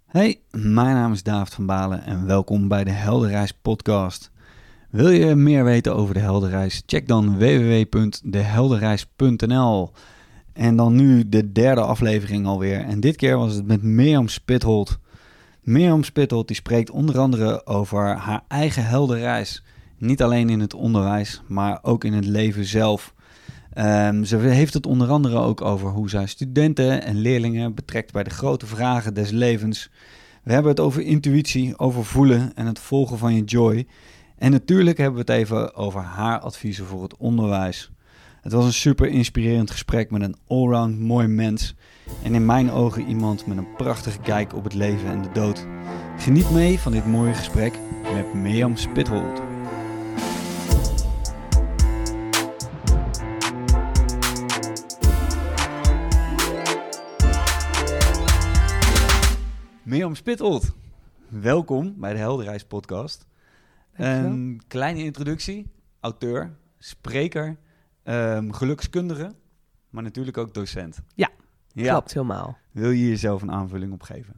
Hey, mijn naam is David van Balen en welkom bij de Heldenreis podcast. Wil je meer weten over de Heldenreis? Check dan www.deheldenreis.nl. En dan nu de derde aflevering alweer. En dit keer was het met Mirjam Spitholt. Mirjam Spitholt die spreekt onder andere over haar eigen heldenreis. Niet alleen in het onderwijs, maar ook in het leven zelf. Ze heeft het onder andere ook over hoe zij studenten en leerlingen betrekt bij de grote vragen des levens. We hebben het over intuïtie, over voelen en het volgen van je joy. En natuurlijk hebben we het even over haar adviezen voor het onderwijs. Het was een super inspirerend gesprek met een allround mooi mens. En in mijn ogen iemand met een prachtige kijk op het leven en de dood. Geniet mee van dit mooie gesprek met Mirjam Spitholt. Mirjam Spitholt, welkom bij de Heldenreis podcast. Een kleine introductie, auteur, spreker, gelukskundige, maar natuurlijk ook docent. Ja, klopt helemaal. Wil je jezelf een aanvulling op geven?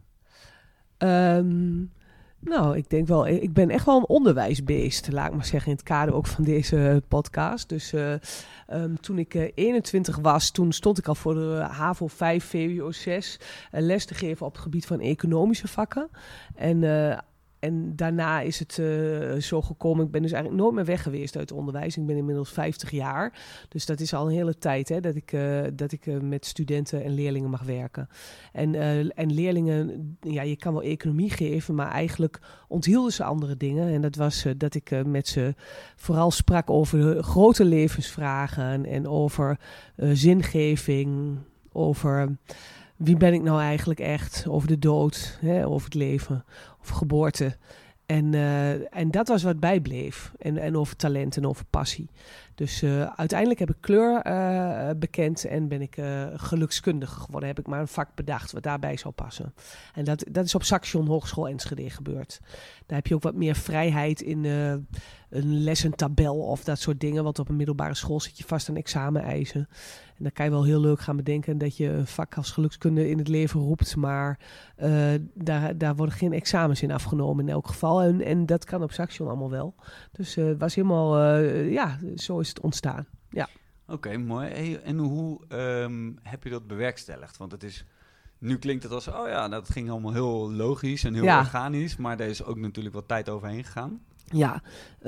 Nou, ik denk wel, ik ben echt wel een onderwijsbeest, laat ik maar zeggen, in het kader ook van deze podcast. Dus toen ik 21 was, toen stond ik al voor de HAVO 5, VWO 6 les te geven op het gebied van economische vakken. En daarna is het zo gekomen, ik ben dus eigenlijk nooit meer weg geweest uit het onderwijs. Ik ben inmiddels 50 jaar, dus dat is al een hele tijd hè, dat ik met studenten en leerlingen mag werken. En leerlingen, ja, je kan wel economie geven, maar eigenlijk onthielden ze andere dingen. En dat was dat ik met ze vooral sprak over grote levensvragen en over zingeving, over wie ben ik nou eigenlijk echt, over de dood, hè, over het leven, over geboorte. En dat was wat bijbleef. En over talent en over passie. Dus uiteindelijk heb ik kleur bekend en ben ik gelukskundige geworden. Heb ik maar een vak bedacht wat daarbij zou passen. En dat is op Saxion Hogeschool Enschede gebeurd. Daar heb je ook wat meer vrijheid in een lessentabel of dat soort dingen. Want op een middelbare school zit je vast aan exameneisen. En dan kan je wel heel leuk gaan bedenken dat je een vak als gelukskunde in het leven roept. Maar daar worden geen examens in afgenomen in elk geval. En dat kan op Saxion allemaal wel. Dus het was helemaal, zo is het ontstaan. Ja. Oké, mooi. Hey, en hoe heb je dat bewerkstelligd? Want het is, nu klinkt het als, dat ging allemaal heel logisch en heel organisch. Maar er is ook natuurlijk wat tijd overheen gegaan. Ja,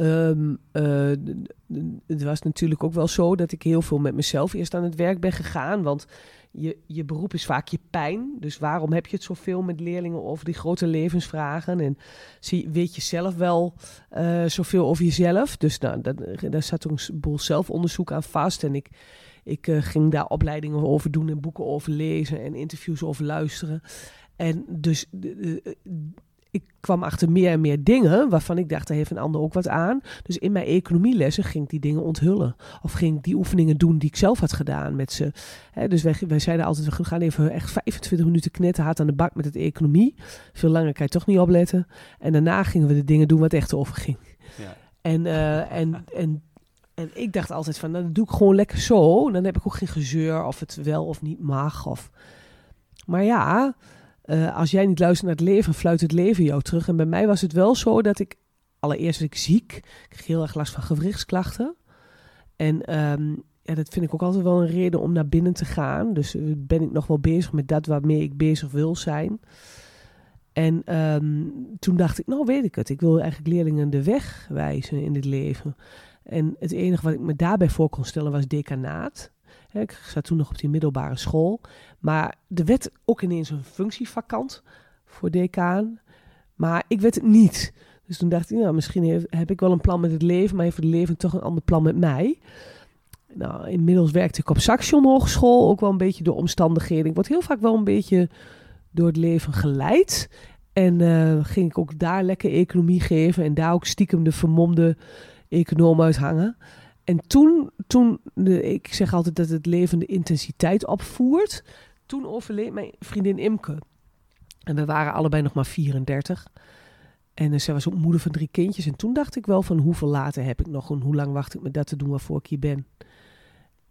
het was natuurlijk ook wel zo dat ik heel veel met mezelf eerst aan het werk ben gegaan. Want je beroep is vaak je pijn. Dus waarom heb je het zoveel met leerlingen over die grote levensvragen? En weet je zelf wel zoveel over jezelf? Dus daar zat een boel zelfonderzoek aan vast. En ik ging daar opleidingen over doen en boeken over lezen en interviews over luisteren. En dus ik kwam achter meer en meer dingen waarvan ik dacht, daar heeft een ander ook wat aan. Dus in mijn economielessen ging ik die dingen onthullen. Of ging ik die oefeningen doen die ik zelf had gedaan met ze. Dus wij zeiden altijd, we gaan even echt 25 minuten knetterhard aan de bak met het economie. Veel langer kan je toch niet opletten. En daarna gingen we de dingen doen wat echt over ging. Ja. En ik dacht altijd van, nou, dat doe ik gewoon lekker zo. Dan heb ik ook geen gezeur of het wel of niet mag. Maar ja, als jij niet luistert naar het leven, fluit het leven jou terug. En bij mij was het wel zo dat allereerst was ik ziek. Ik kreeg heel erg last van gewrichtsklachten. En dat vind ik ook altijd wel een reden om naar binnen te gaan. Dus ben ik nog wel bezig met dat waarmee ik bezig wil zijn. En toen dacht ik, nou weet ik het. Ik wil eigenlijk leerlingen de weg wijzen in dit leven. En het enige wat ik me daarbij voor kon stellen was decanaat. Ik zat toen nog op die middelbare school. Maar er werd ook ineens een functie vakant voor decaan. Maar ik werd het niet. Dus toen dacht ik, nou, misschien heb ik wel een plan met het leven, maar heeft het leven toch een ander plan met mij. Nou, inmiddels werkte ik op Saxion Hogeschool, ook wel een beetje door omstandigheden. Ik word heel vaak wel een beetje door het leven geleid. En ging ik ook daar lekker economie geven en daar ook stiekem de vermomde econoom uithangen. En toen ik zeg altijd dat het leven de intensiteit opvoert. Toen overleed mijn vriendin Imke. En we waren allebei nog maar 34. En zij was ook moeder van 3 kindjes. En toen dacht ik wel van hoeveel later heb ik nog en hoe lang wacht ik met dat te doen waarvoor ik hier ben.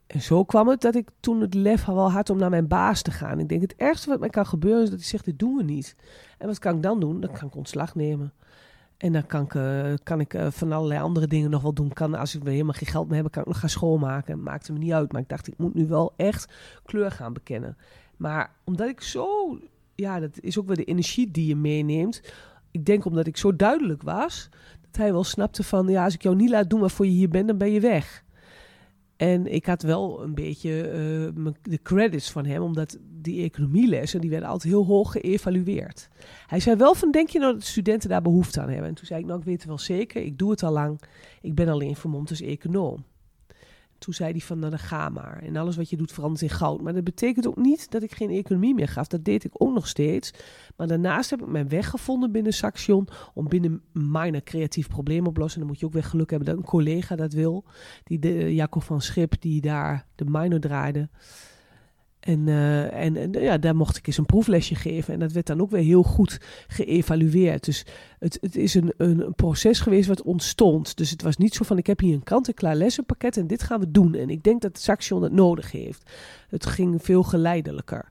En zo kwam het dat ik toen het lef wel had om naar mijn baas te gaan. Ik denk, het ergste wat mij kan gebeuren is dat hij zegt, dit doen we niet. En wat kan ik dan doen? Dan kan ik ontslag nemen. En dan kan ik van allerlei andere dingen nog wel doen. Als ik weer helemaal geen geld meer heb, kan ik nog gaan schoonmaken. Het maakte me niet uit. Maar ik dacht, ik moet nu wel echt kleur gaan bekennen. Maar omdat ik zo... Ja, dat is ook weer de energie die je meeneemt. Ik denk omdat ik zo duidelijk was, dat hij wel snapte van... Ja, als ik jou niet laat doen waarvoor je hier bent, dan ben je weg. En ik had wel een beetje de credits van hem, omdat die economielessen, die werden altijd heel hoog geëvalueerd. Hij zei wel van, denk je nou dat de studenten daar behoefte aan hebben? En toen zei ik, nou, ik weet het wel zeker, ik doe het al lang. Ik ben alleen vermomd als econoom. Toen zei hij van, nou, dan ga maar. En alles wat je doet verandert in goud. Maar dat betekent ook niet dat ik geen economie meer gaf. Dat deed ik ook nog steeds. Maar daarnaast heb ik mijn weg gevonden binnen Saxion om binnen een minor creatief probleem oplossen. Dan moet je ook weer geluk hebben dat een collega dat wil. Jacob van Schip, die daar de minor draaide. En daar mocht ik eens een proeflesje geven. En dat werd dan ook weer heel goed geëvalueerd. Dus het is een proces geweest wat ontstond. Dus het was niet zo van, ik heb hier een kant-en-klaar lessenpakket en dit gaan we doen. En ik denk dat Saxion het nodig heeft. Het ging veel geleidelijker.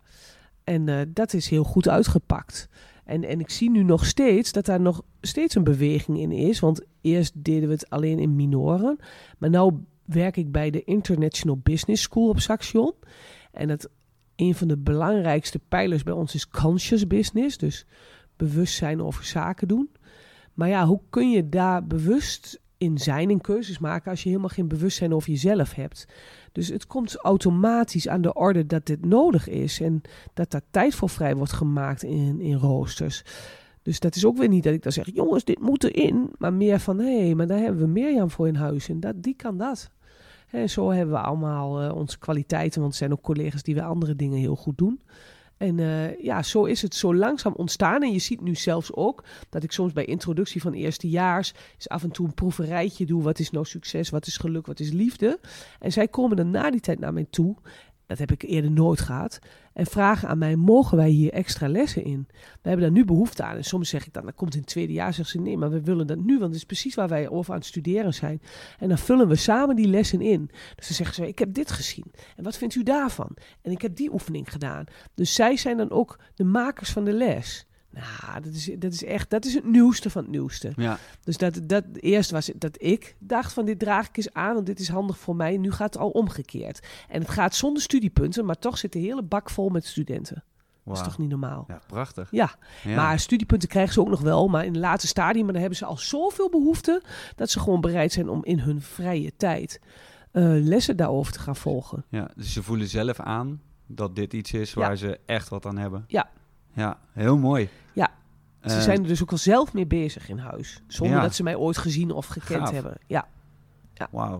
En dat is heel goed uitgepakt. En ik zie nu nog steeds dat daar nog steeds een beweging in is. Want eerst deden we het alleen in minoren. Maar nu werk ik bij de International Business School op Saxion. En een van de belangrijkste pijlers bij ons is conscious business. Dus bewustzijn over zaken doen. Maar ja, hoe kun je daar bewust in zijn en keuzes maken als je helemaal geen bewustzijn over jezelf hebt? Dus het komt automatisch aan de orde dat dit nodig is. En dat daar tijd voor vrij wordt gemaakt in roosters. Dus dat is ook weer niet dat ik dan zeg, jongens, dit moet erin. Maar meer van, hé, maar daar hebben we Mirjam voor in huis. En die kan dat. En zo hebben we allemaal onze kwaliteiten, want er zijn ook collega's die weer andere dingen heel goed doen. En zo is het zo langzaam ontstaan. En je ziet nu zelfs ook dat ik soms bij introductie van eerstejaars eens af en toe een proeverijtje doe. Wat is nou succes, wat is geluk, wat is liefde? En zij komen dan na die tijd naar mij toe. Dat heb ik eerder nooit gehad. En vragen aan mij, mogen wij hier extra lessen in? We hebben daar nu behoefte aan. En soms zeg ik dan, dat komt in het tweede jaar. Zeggen ze, nee, maar we willen dat nu. Want het is precies waar wij over aan het studeren zijn. En dan vullen we samen die lessen in. Dus dan zeggen ze, ik heb dit gezien. En wat vindt u daarvan? En ik heb die oefening gedaan. Dus zij zijn dan ook de makers van de les. Nou, dat is het nieuwste van het nieuwste. Ja. Dus eerst was het dat ik dacht van, dit draag ik eens aan, want dit is handig voor mij. Nu gaat het al omgekeerd. En het gaat zonder studiepunten, maar toch zit de hele bak vol met studenten. Wow. Dat is toch niet normaal? Ja, prachtig. Ja, maar studiepunten krijgen ze ook nog wel, maar in het laatste stadium, maar dan hebben ze al zoveel behoefte dat ze gewoon bereid zijn om in hun vrije tijd lessen daarover te gaan volgen. Ja, dus ze voelen zelf aan dat dit iets is waar ze echt wat aan hebben. Ja. Ja, heel mooi. Ja, ze zijn er dus ook al zelf mee bezig in huis. Zonder dat ze mij ooit gezien of gekend hebben. Ja. Wauw.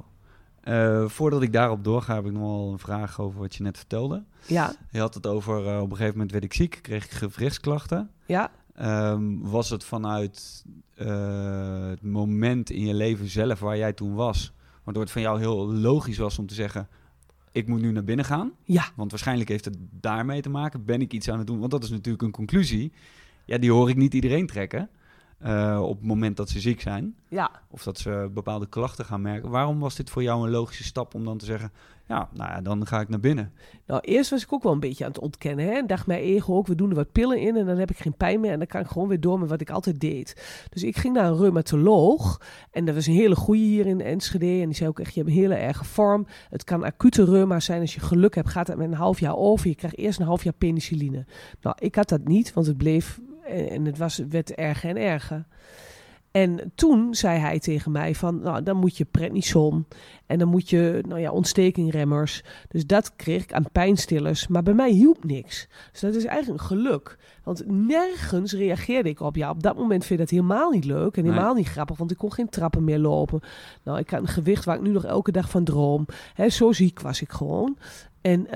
Voordat ik daarop doorga, heb ik nog wel een vraag over wat je net vertelde. Ja. Je had het over, op een gegeven moment werd ik ziek, kreeg ik gewrichtsklachten. Ja. Was het vanuit het moment in je leven zelf waar jij toen was, waardoor het van jou heel logisch was om te zeggen, ik moet nu naar binnen gaan? Ja. Want waarschijnlijk heeft het daarmee te maken. Ben ik iets aan het doen? Want dat is natuurlijk een conclusie. Ja, die hoor ik niet iedereen trekken. Op het moment dat ze ziek zijn. Ja. Of dat ze bepaalde klachten gaan merken. Waarom was dit voor jou een logische stap om dan te zeggen, dan ga ik naar binnen? Nou, eerst was ik ook wel een beetje aan het ontkennen. Hè? En dacht mijn ego ook, we doen er wat pillen in en dan heb ik geen pijn meer. En dan kan ik gewoon weer door met wat ik altijd deed. Dus ik ging naar een reumatoloog. En dat was een hele goeie hier in Enschede. En die zei ook echt, je hebt een hele erge vorm. Het kan acute reuma zijn. Als je geluk hebt, gaat het met een half jaar over. Je krijgt eerst een half jaar penicilline. Nou, ik had dat niet, want het bleef en werd erger en erger. En toen zei hij tegen mij van, nou, dan moet je prednison en dan moet je, ontstekingremmers. Dus dat kreeg ik aan pijnstillers, maar bij mij hielp niks. Dus dat is eigenlijk een geluk. Want nergens reageerde ik op. Ja, op dat moment vind je dat helemaal niet leuk en helemaal niet grappig, want ik kon geen trappen meer lopen. Nou, ik had een gewicht waar ik nu nog elke dag van droom. Zo ziek was ik gewoon. En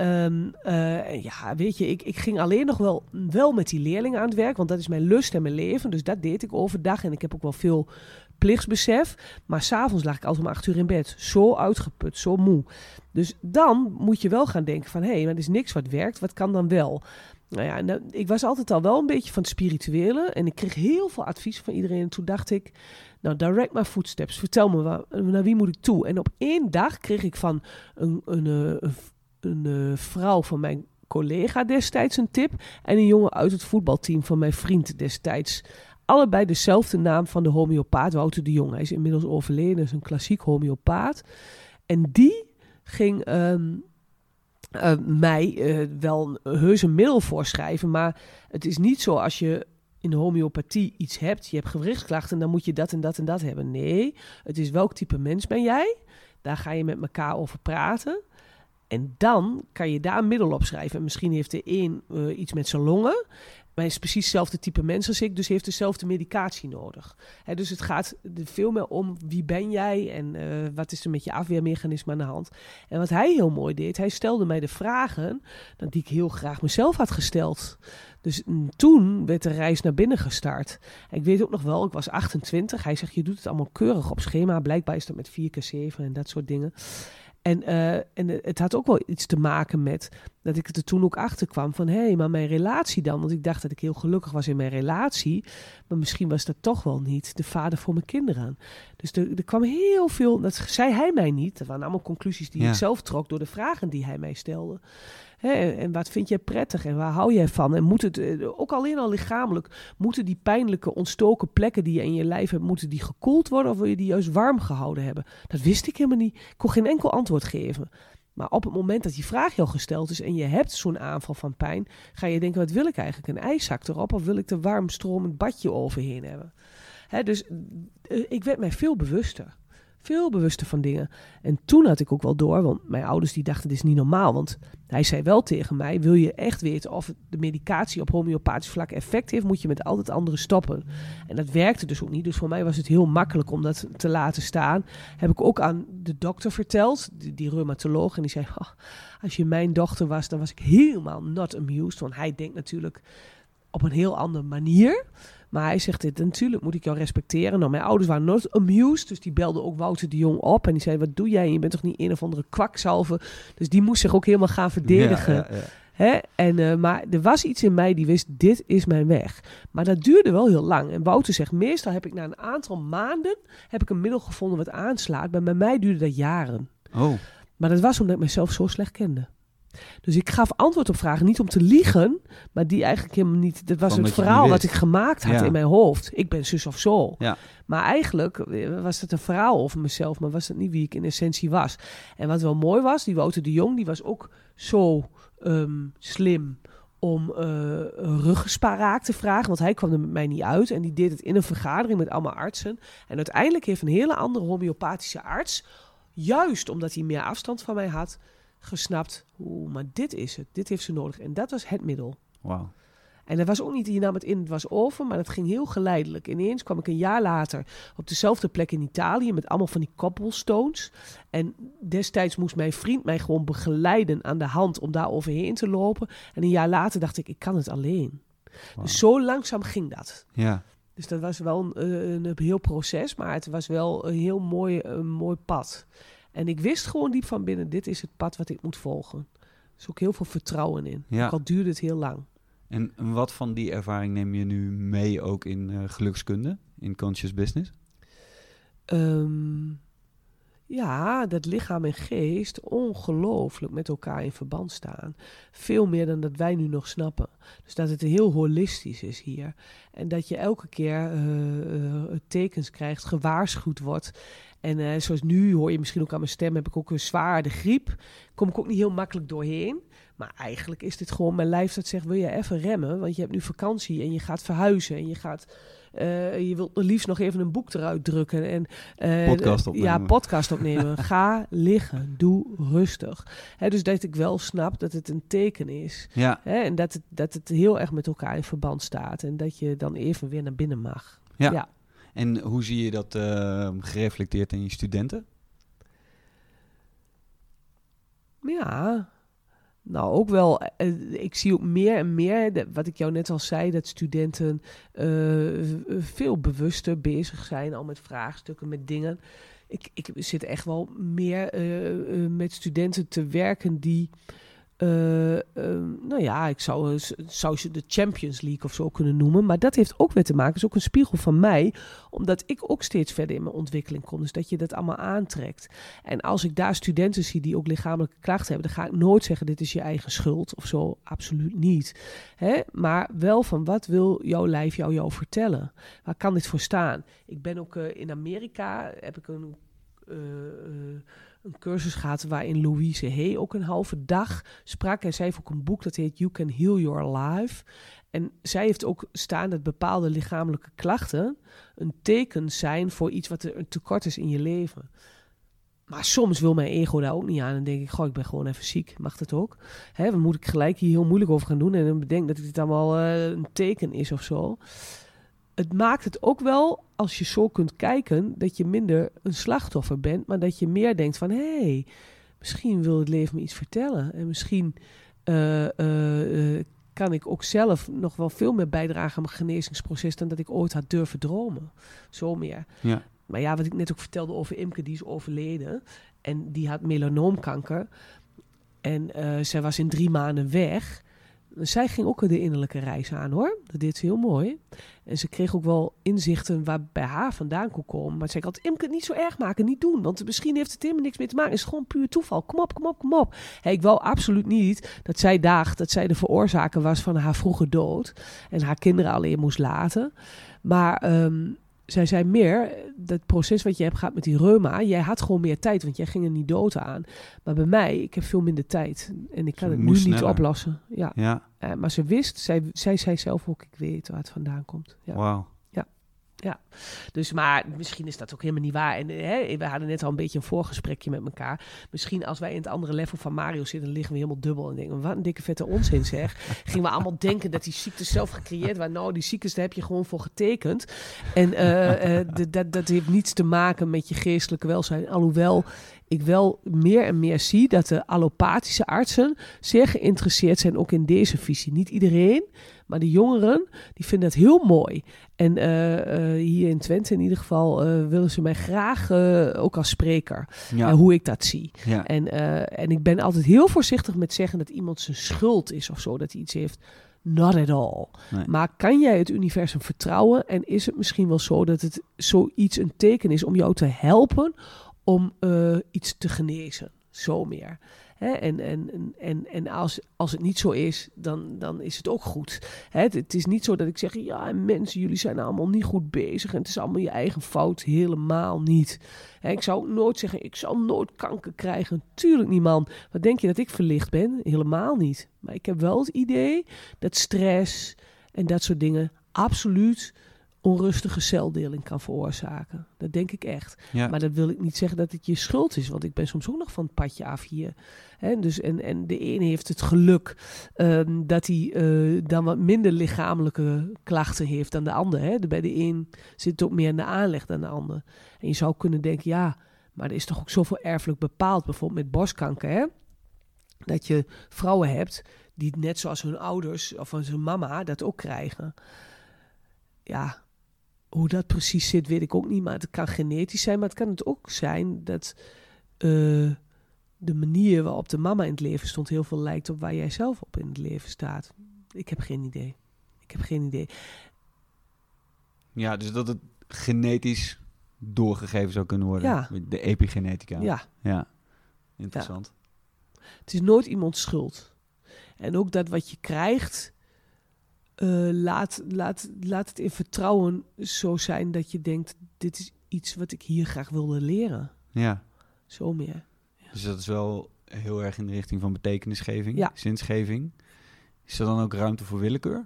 weet je, ik ging alleen nog wel met die leerlingen aan het werk, want dat is mijn lust en mijn leven. Dus dat deed ik overdag en ik heb ook wel veel plichtsbesef. Maar 's avonds lag ik altijd om 8 uur in bed. Zo uitgeput, zo moe. Dus dan moet je wel gaan denken van, maar er is niks wat werkt, wat kan dan wel? Nou ja, ik was altijd al wel een beetje van het spirituele. En ik kreeg heel veel advies van iedereen. En toen dacht ik, nou, direct my footsteps. Vertel me, naar wie moet ik toe? En op 1 dag kreeg ik van een vrouw van mijn collega destijds een tip. En een jongen uit het voetbalteam van mijn vriend destijds. Allebei dezelfde naam van de homeopaat, Wouter de Jong. Hij is inmiddels overleden, is een klassiek homeopaat. En die ging mij wel heus een middel voorschrijven. Maar het is niet zo als je in de homeopathie iets hebt. Je hebt gewrichtsklachten, dan moet je dat en dat en dat hebben. Nee, het is welk type mens ben jij? Daar ga je met elkaar over praten. En dan kan je daar een middel op schrijven. En misschien heeft de een iets met zijn longen. Maar hij is precies hetzelfde type mens als ik, dus heeft dezelfde medicatie nodig. Dus het gaat er veel meer om wie ben jij en wat is er met je afweermechanisme aan de hand. En wat hij heel mooi deed, hij stelde mij de vragen die ik heel graag mezelf had gesteld. Dus toen werd de reis naar binnen gestart. En ik weet ook nog wel, ik was 28. Hij zegt, je doet het allemaal keurig op schema. Blijkbaar is dat met 4x7 en dat soort dingen. En het had ook wel iets te maken met dat ik er toen ook achter kwam van hé, maar mijn relatie dan? Want ik dacht dat ik heel gelukkig was in mijn relatie. Maar misschien was dat toch wel niet de vader voor mijn kinderen. Dus er kwam heel veel, dat zei hij mij niet. Dat waren allemaal conclusies die ik zelf trok door de vragen die hij mij stelde. En wat vind jij prettig en waar hou jij van? En moet het, ook alleen al lichamelijk, moeten die pijnlijke ontstoken plekken die je in je lijf hebt, moeten die gekoeld worden of wil je die juist warm gehouden hebben? Dat wist ik helemaal niet. Ik kon geen enkel antwoord geven. Maar op het moment dat die vraag jou gesteld is en je hebt zo'n aanval van pijn, ga je denken, wat wil ik eigenlijk? Een ijszak erop of wil ik er warm stromend badje overheen hebben? Dus ik werd mij veel bewuster. Veel bewuster van dingen. En toen had ik ook wel door, want mijn ouders die dachten, dit is niet normaal. Want hij zei wel tegen mij, wil je echt weten of de medicatie op homeopathisch vlak effect heeft, moet je met al het andere stoppen. En dat werkte dus ook niet. Dus voor mij was het heel makkelijk om dat te laten staan. Heb ik ook aan de dokter verteld, die reumatoloog. En die zei, als je mijn dochter was, dan was ik helemaal not amused. Want hij denkt natuurlijk op een heel andere manier. Maar hij zegt, dit natuurlijk moet ik jou respecteren. Nou, mijn ouders waren not amused, dus die belden ook Wouter de Jong op. En die zei, wat doe jij? Je bent toch niet een of andere kwakzalver? Dus die moest zich ook helemaal gaan verdedigen. Ja. Maar er was iets in mij die wist, dit is mijn weg. Maar dat duurde wel heel lang. En Wouter zegt, meestal heb ik na een aantal maanden heb ik een middel gevonden wat aanslaat. Maar bij mij duurde dat jaren. Oh. Maar dat was omdat ik mezelf zo slecht kende. Dus ik gaf antwoord op vragen, niet om te liegen, maar die eigenlijk helemaal niet. Dat was het verhaal wat ik gemaakt had in mijn hoofd. Ik ben zus of zo. Ja. Maar eigenlijk was het een verhaal over mezelf, maar was het niet wie ik in essentie was. En wat wel mooi was, die Wouter de Jong, die was ook zo slim om ruggensparaak te vragen, want hij kwam er met mij niet uit. En die deed het in een vergadering met allemaal artsen. En uiteindelijk heeft een hele andere homeopathische arts, juist omdat hij meer afstand van mij had, gesnapt, maar dit is het. Dit heeft ze nodig. En dat was het middel. Wauw. En dat was ook niet, je nam het in, het was over, maar dat ging heel geleidelijk. Ineens kwam ik een jaar later op dezelfde plek in Italië met allemaal van die cobblestones. En destijds moest mijn vriend mij gewoon begeleiden aan de hand om daar overheen te lopen. En een jaar later dacht ik kan het alleen. Wow. Dus zo langzaam ging dat. Ja. Dus dat was wel een heel proces, maar het was wel een heel mooi pad. En ik wist gewoon diep van binnen, dit is het pad wat ik moet volgen. Er is ook heel veel vertrouwen in. Ja. Ook al duurde het heel lang. En wat van die ervaring neem je nu mee ook in gelukskunde, in conscious business? Ja, dat lichaam en geest ongelooflijk met elkaar in verband staan. Veel meer dan dat wij nu nog snappen. Dus dat het heel holistisch is hier. En dat je elke keer tekens krijgt, gewaarschuwd wordt. En zoals nu, hoor je misschien ook aan mijn stem, heb ik ook een zware griep. Kom ik ook niet heel makkelijk doorheen. Maar eigenlijk is dit gewoon mijn lijf dat zegt, wil je even remmen? Want je hebt nu vakantie en je gaat verhuizen en je gaat... je wilt liefst nog even een boek eruit drukken. En, podcast opnemen. Ja, podcast opnemen. Ga liggen. Doe rustig. Dus dat ik wel snap dat het een teken is. Ja. En dat het heel erg met elkaar in verband staat. En dat je dan even weer naar binnen mag. Ja. En hoe zie je dat gereflecteerd in je studenten? Ja... Nou, ook wel, ik zie ook meer en meer, wat ik jou net al zei, dat studenten veel bewuster bezig zijn al met vraagstukken, met dingen. Ik zit echt wel meer met studenten te werken die ik zou ze de Champions League of zo kunnen noemen. Maar dat heeft ook weer te maken, is ook een spiegel van mij. Omdat ik ook steeds verder in mijn ontwikkeling kom. Dus dat je dat allemaal aantrekt. En als ik daar studenten zie die ook lichamelijke klachten hebben, dan ga ik nooit zeggen, dit is je eigen schuld of zo. Absoluut niet. Hè? Maar wel van, wat wil jouw lijf jou vertellen? Waar kan dit voor staan? Ik ben ook in Amerika, heb ik een cursus gehad waarin Louise Hay ook een halve dag sprak. En zij heeft ook een boek dat heet You Can Heal Your Life. En zij heeft ook staan dat bepaalde lichamelijke klachten een teken zijn voor iets wat er een tekort is in je leven. Maar soms wil mijn ego daar ook niet aan. En denk ik, ik ben gewoon even ziek. Mag dat ook? Dan moet ik gelijk hier heel moeilijk over gaan doen. En dan bedenk dat dit allemaal een teken is of zo. Het maakt het ook wel, als je zo kunt kijken, dat je minder een slachtoffer bent. Maar dat je meer denkt van, hé, misschien wil het leven me iets vertellen. En misschien kan ik ook zelf nog wel veel meer bijdragen aan mijn genezingsproces dan dat ik ooit had durven dromen. Zo meer. Ja. Maar ja, wat ik net ook vertelde over Imke, die is overleden. En die had melanoomkanker. En zij was in 3 maanden weg. Zij ging ook de innerlijke reis aan, hoor. Dat deed ze heel mooi. En ze kreeg ook wel inzichten waar bij haar vandaan kon komen. Maar ze zei altijd, Imke, niet zo erg maken, niet doen. Want misschien heeft het helemaal niks mee te maken. Het is gewoon puur toeval. Kom op. Hey, ik wou absoluut niet dat zij dacht dat zij de veroorzaker was van haar vroege dood. En haar kinderen alleen moest laten. Maar zij zei meer, dat proces wat je hebt gehad met die reuma, jij had gewoon meer tijd, want jij ging er niet dood aan. Maar bij mij, ik heb veel minder tijd. En ik kan het nu niet oplossen. Ja. Maar ze wist, zij zei zelf ook, ik weet waar het vandaan komt. Ja. Wauw. Ja, dus maar misschien is dat ook helemaal niet waar. En we hadden net al een beetje een voorgesprekje met elkaar. Misschien als wij in het andere level van Mario zitten, dan liggen we helemaal dubbel en denken, wat een dikke vette onzin zeg. Gingen we allemaal denken dat die ziektes zelf gecreëerd waren. Nou, die ziektes, daar heb je gewoon voor getekend. En dat heeft niets te maken met je geestelijke welzijn. Alhoewel ik wel meer en meer zie dat de allopathische artsen zeer geïnteresseerd zijn ook in deze visie. Niet iedereen, maar de jongeren, die vinden dat heel mooi. En hier in Twente in ieder geval willen ze mij graag ook als spreker. Ja. Hoe ik dat zie. Ja. En ik ben altijd heel voorzichtig met zeggen dat iemand zijn schuld is of zo, dat hij iets heeft. Not at all. Nee. Maar kan jij het universum vertrouwen? En is het misschien wel zo dat het zoiets een teken is om jou te helpen om iets te genezen? Zo meer. Hè? En als het niet zo is, dan is het ook goed. Hè? Het is niet zo dat ik zeg, ja, mensen, jullie zijn allemaal niet goed bezig en het is allemaal je eigen fout. Helemaal niet. Hè? Ik zou nooit zeggen, ik zal nooit kanker krijgen. Tuurlijk niet, man. Wat denk je dat ik verlicht ben? Helemaal niet. Maar ik heb wel het idee dat stress en dat soort dingen absoluut onrustige celdeling kan veroorzaken. Dat denk ik echt. Ja. Maar dat wil ik niet zeggen dat het je schuld is, want ik ben soms ook nog van het padje af hier. Hè? Dus, en de ene heeft het geluk dat hij dan wat minder lichamelijke klachten heeft dan de ander. Hè? Bij de een zit het ook meer in de aanleg dan de ander. En je zou kunnen denken, ja, maar er is toch ook zoveel erfelijk bepaald, bijvoorbeeld met borstkanker, hè? Dat je vrouwen hebt die net zoals hun ouders of hun mama dat ook krijgen. Ja, hoe dat precies zit, weet ik ook niet. Maar het kan genetisch zijn. Maar het kan het ook zijn dat de manier waarop de mama in het leven stond heel veel lijkt op waar jij zelf op in het leven staat. Ik heb geen idee. Ja, dus dat het genetisch doorgegeven zou kunnen worden. Ja. De epigenetica. Ja. Interessant. Ja. Het is nooit iemands schuld. En ook dat wat je krijgt, laat het in vertrouwen zo zijn dat je denkt, dit is iets wat ik hier graag wilde leren. Ja. Zo meer. Ja. Dus dat is wel heel erg in de richting van betekenisgeving, zinsgeving. Is er dan ook ruimte voor willekeur?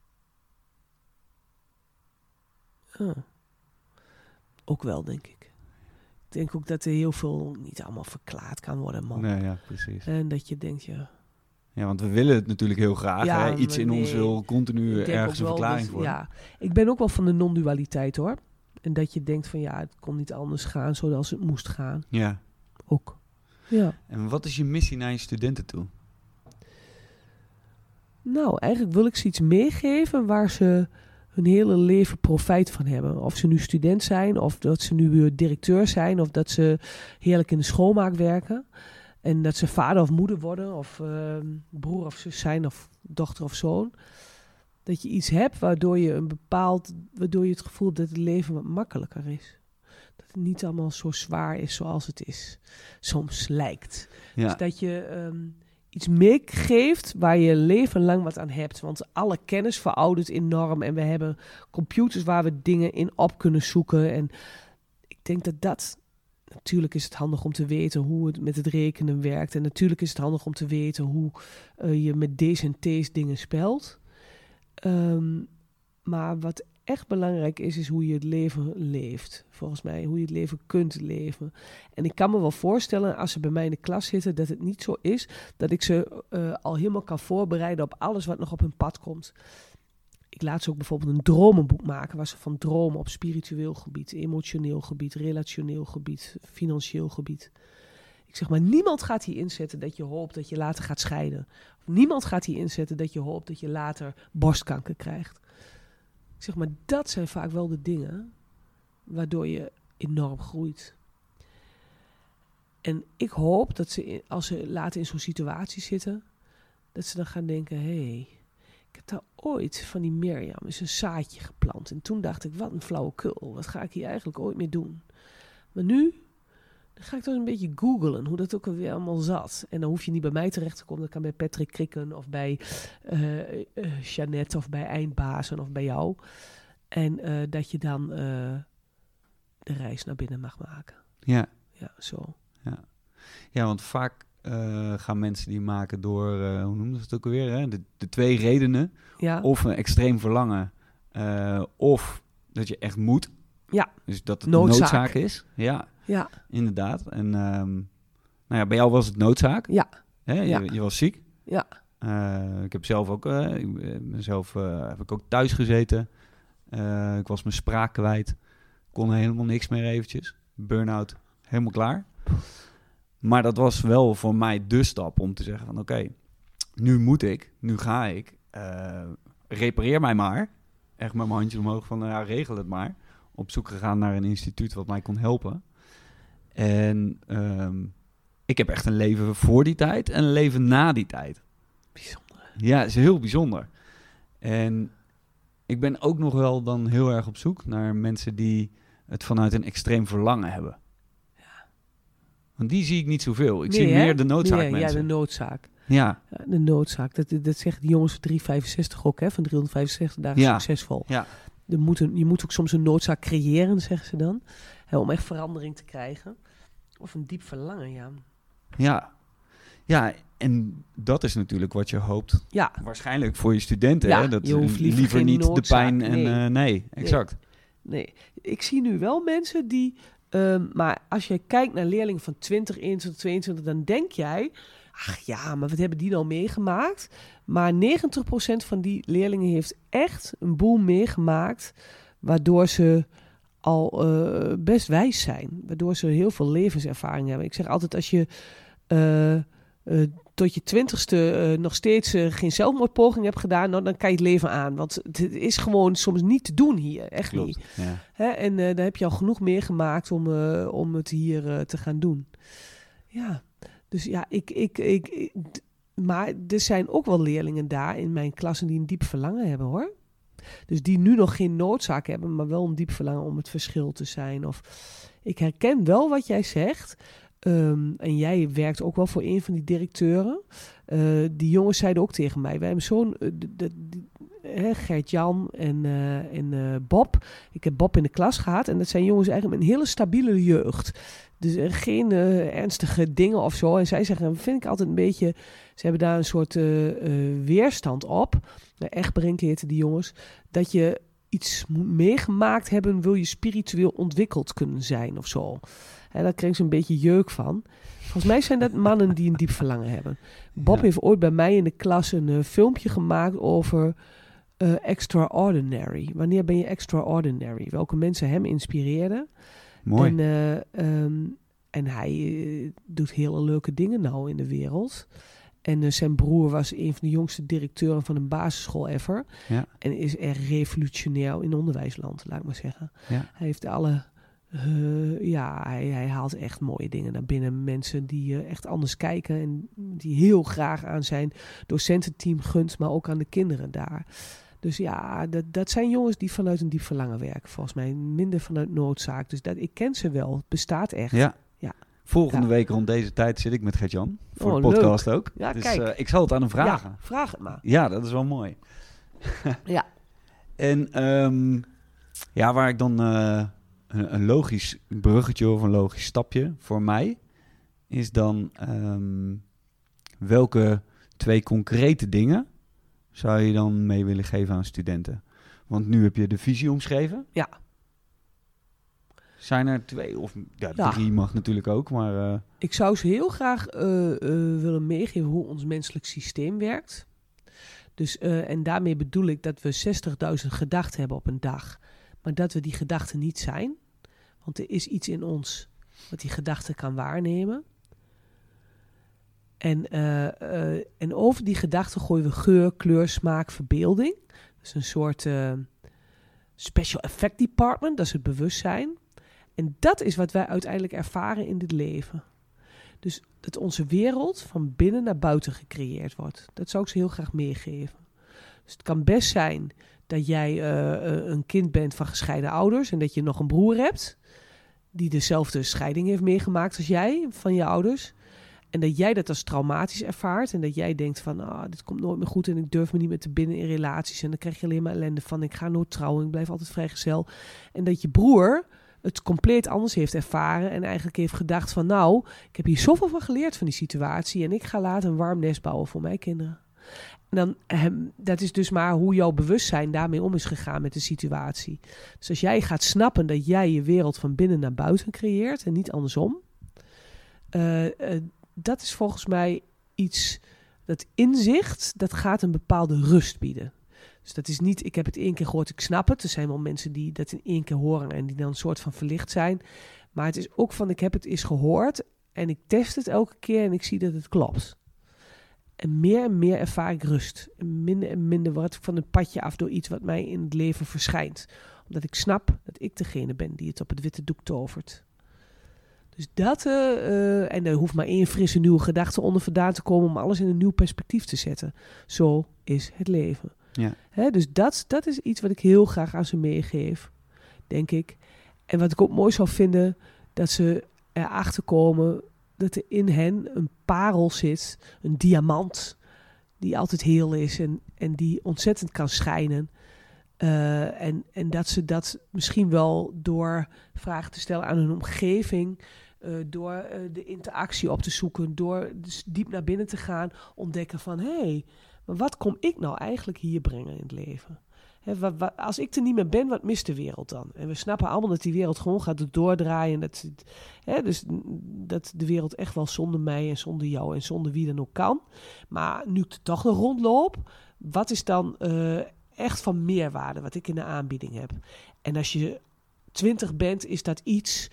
Ook wel, denk ik. Ik denk ook dat er heel veel niet allemaal verklaard kan worden, man. Nee, ja, precies. En dat je denkt, Ja, want we willen het natuurlijk heel graag. Ja, hè? Iets in ons wil continu ergens een verklaring voor. Ja, ik ben ook wel van de non-dualiteit, hoor. En dat je denkt van, het kon niet anders gaan zoals het moest gaan. Ja. Ook. Ja. En wat is je missie naar je studenten toe? Nou, eigenlijk wil ik ze iets meegeven waar ze hun hele leven profijt van hebben. Of ze nu student zijn, of dat ze nu directeur zijn, of dat ze heerlijk in de schoonmaak werken. En dat ze vader of moeder worden, of broer of zus zijn, of dochter of zoon. Dat je iets hebt waardoor je het gevoel hebt dat het leven wat makkelijker is. Dat het niet allemaal zo zwaar is zoals het is. Soms lijkt. Ja. Dus dat je iets meegeeft waar je leven lang wat aan hebt. Want alle kennis veroudert enorm. En we hebben computers waar we dingen in op kunnen zoeken. En ik denk dat... Natuurlijk is het handig om te weten hoe het met het rekenen werkt. En natuurlijk is het handig om te weten hoe je met D's en T's dingen spelt. Maar wat echt belangrijk is hoe je het leven leeft. Volgens mij, hoe je het leven kunt leven. En ik kan me wel voorstellen, als ze bij mij in de klas zitten, dat het niet zo is dat ik ze al helemaal kan voorbereiden op alles wat nog op hun pad komt. Ik laat ze ook bijvoorbeeld een dromenboek maken, waar ze van dromen op spiritueel gebied, emotioneel gebied, relationeel gebied, financieel gebied. Ik zeg maar, niemand gaat hier inzetten dat je hoopt dat je later gaat scheiden. Of niemand gaat hier inzetten dat je hoopt dat je later borstkanker krijgt. Ik zeg maar, dat zijn vaak wel de dingen waardoor je enorm groeit. En ik hoop dat ze, als ze later in zo'n situatie zitten, dat ze dan gaan denken, hé, ik heb daar ooit van die Mirjam eens een zaadje geplant. En toen dacht ik, wat een flauwekul, wat ga ik hier eigenlijk ooit mee doen? Maar nu, dan ga ik toch een beetje googlen hoe dat ook alweer allemaal zat. En dan hoef je niet bij mij terecht te komen, dat kan bij Patrick Krikken of bij Jeannette of bij Eindbazen of bij jou. En dat je dan de reis naar binnen mag maken. Ja. Ja, zo. Ja, want vaak gaan mensen die maken door, hoe noemen ze het ook alweer, hè? De twee redenen. Ja. Of een extreem verlangen, of dat je echt moet. Ja. Dus dat het Noodzaak is. Ja, ja, inderdaad. En nou ja, bij jou was het noodzaak. ja, Hè? Ja. Je was ziek. ja, Ik heb zelf ook, heb ik ook thuis gezeten. Ik was mijn spraak kwijt. Kon helemaal niks meer eventjes. Burn-out, helemaal klaar. Maar dat was wel voor mij de stap om te zeggen van oké, nu moet ik, nu ga ik. Repareer mij maar. Echt met mijn handje omhoog van ja, regel het maar. Op zoek gegaan naar een instituut wat mij kon helpen. En ik heb echt een leven voor die tijd en een leven na die tijd. bijzonder. Ja, het is heel bijzonder. En ik ben ook nog wel dan heel erg op zoek naar mensen die het vanuit een extreem verlangen hebben. Ja. Want die zie ik niet zoveel. Ik zie meer de noodzaak mensen. Ja, de noodzaak. Ja. Ja, de noodzaak. Dat zeggen die jongens van 365 ook, hè? Van 365 dagen succesvol. Ja. Je moet ook soms een noodzaak creëren, zeggen ze dan. Hè, om echt verandering te krijgen. Of een diep verlangen, ja. Ja. Ja, en dat is natuurlijk wat je hoopt. Ja. Waarschijnlijk voor je studenten. Ja, Hè? Dat je hoeft liever geen niet noodzaak. de pijn en nee, exact. Nee, ik zie nu wel mensen die... maar als je kijkt naar leerlingen van 20, 21, 22... dan denk jij... ach ja, maar wat hebben die nou meegemaakt? Maar 90% van die leerlingen heeft echt een boel meegemaakt... waardoor ze al best wijs zijn. Waardoor ze heel veel levenservaring hebben. Ik zeg altijd, als je tot je 20ste nog steeds geen zelfmoordpoging hebt gedaan... nou, dan kan je het leven aan. Want het is gewoon soms niet te doen hier. Echt Klopt, niet. ja. Hè? En daar heb je al genoeg meegemaakt om het hier te gaan doen. Ja, dus ja, maar er zijn ook wel leerlingen daar in mijn klassen die een diep verlangen hebben, hoor. Dus die nu nog geen noodzaak hebben, maar wel een diep verlangen om het verschil te zijn. Of ik herken wel wat jij zegt. En jij werkt ook wel voor een van die directeuren. Die jongens zeiden ook tegen mij. Wij hebben zo'n... Gert-Jan en Bob. Ik heb Bob in de klas gehad. En dat zijn jongens eigenlijk met een hele stabiele jeugd. Dus geen ernstige dingen of zo. En zij zeggen, vind ik altijd een beetje... Ze hebben daar een soort weerstand op. Egberink heten die jongens. Dat je iets moet meegemaakt hebben... wil je spiritueel ontwikkeld kunnen zijn of zo. En daar kreeg ze een beetje jeuk van. Volgens mij zijn dat mannen die een diep verlangen hebben. Bob heeft ooit bij mij in de klas een filmpje gemaakt over extraordinary. Wanneer ben je extraordinary? Welke mensen hem inspireerden. Mooi. En hij doet hele leuke dingen nou in de wereld. En zijn broer was een van de jongste directeuren van een basisschool ever. Ja. En is erg revolutionair in onderwijsland, laat ik maar zeggen. Ja. Hij heeft alle Hij haalt echt mooie dingen naar binnen. Mensen die echt anders kijken en die heel graag aan zijn docententeam gunt, maar ook aan de kinderen daar. Dus ja, dat zijn jongens die vanuit een diep verlangen werken. Volgens mij minder vanuit noodzaak. Dus ik ken ze wel. Het bestaat echt. Ja. Ja. Volgende week rond deze tijd zit ik met Gert-Jan. Voor de leuk. podcast ook. Ja, dus kijk. ik zal het aan hem vragen. Ja, vraag het maar. Ja, dat is wel mooi. Ja. En waar ik dan een logisch bruggetje of een logisch stapje voor mij is dan welke 2 concrete dingen zou je dan mee willen geven aan studenten? Want nu heb je de visie omschreven. Ja. Zijn er 2 of 3 mag natuurlijk ook, maar... Ik zou ze heel graag willen meegeven hoe ons menselijk systeem werkt. Dus, en daarmee bedoel ik dat we 60.000 gedachten hebben op een dag. Maar dat we die gedachten niet zijn. Want er is iets in ons wat die gedachten kan waarnemen. En over die gedachten gooien we geur, kleur, smaak, verbeelding. Dat is een soort special effect department, dat is het bewustzijn. En dat is wat wij uiteindelijk ervaren in dit leven. Dus dat onze wereld van binnen naar buiten gecreëerd wordt. Dat zou ik ze heel graag meegeven. Dus het kan best zijn dat jij een kind bent van gescheiden ouders en dat je nog een broer hebt die dezelfde scheiding heeft meegemaakt als jij van je ouders. En dat jij dat als traumatisch ervaart en dat jij denkt van dit komt nooit meer goed en ik durf me niet meer te binden in relaties en dan krijg je alleen maar ellende van ik ga nooit trouwen, ik blijf altijd vrijgezel. En dat je broer het compleet anders heeft ervaren en eigenlijk heeft gedacht van ik heb hier zoveel van geleerd van die situatie en ik ga later een warm nest bouwen voor mijn kinderen. En dan, dat is dus maar hoe jouw bewustzijn daarmee om is gegaan met de situatie. Dus als jij gaat snappen dat jij je wereld van binnen naar buiten creëert en niet andersom, dat is volgens mij iets, dat inzicht, dat gaat een bepaalde rust bieden. Dus dat is niet, ik heb het 1 keer gehoord, ik snap het. Er zijn wel mensen die dat in 1 keer horen en die dan een soort van verlicht zijn. Maar het is ook van, ik heb het eens gehoord en ik test het elke keer en ik zie dat het klopt. En meer ervaar ik rust. En minder word ik van het padje af door iets wat mij in het leven verschijnt. Omdat ik snap dat ik degene ben die het op het witte doek tovert. Dus dat, en er hoeft maar 1 frisse nieuwe gedachte onder vandaan te komen om alles in een nieuw perspectief te zetten. Zo is het leven. Ja. Dus dat is iets wat ik heel graag aan ze meegeef, denk ik. En wat ik ook mooi zou vinden, dat ze erachter komen dat er in hen een parel zit, een diamant, die altijd heel is en die ontzettend kan schijnen. En dat ze dat misschien wel door vragen te stellen aan hun omgeving, door de interactie op te zoeken, door dus diep naar binnen te gaan, ontdekken van maar wat kom ik nou eigenlijk hier brengen in het leven? Als ik er niet meer ben, wat mist de wereld dan? En we snappen allemaal dat die wereld gewoon gaat doordraaien. Dus dat de wereld echt wel zonder mij en zonder jou en zonder wie dan ook kan. Maar nu ik er toch nog rondloop, wat is dan echt van meerwaarde wat ik in de aanbieding heb? En als je 20 bent, is dat iets.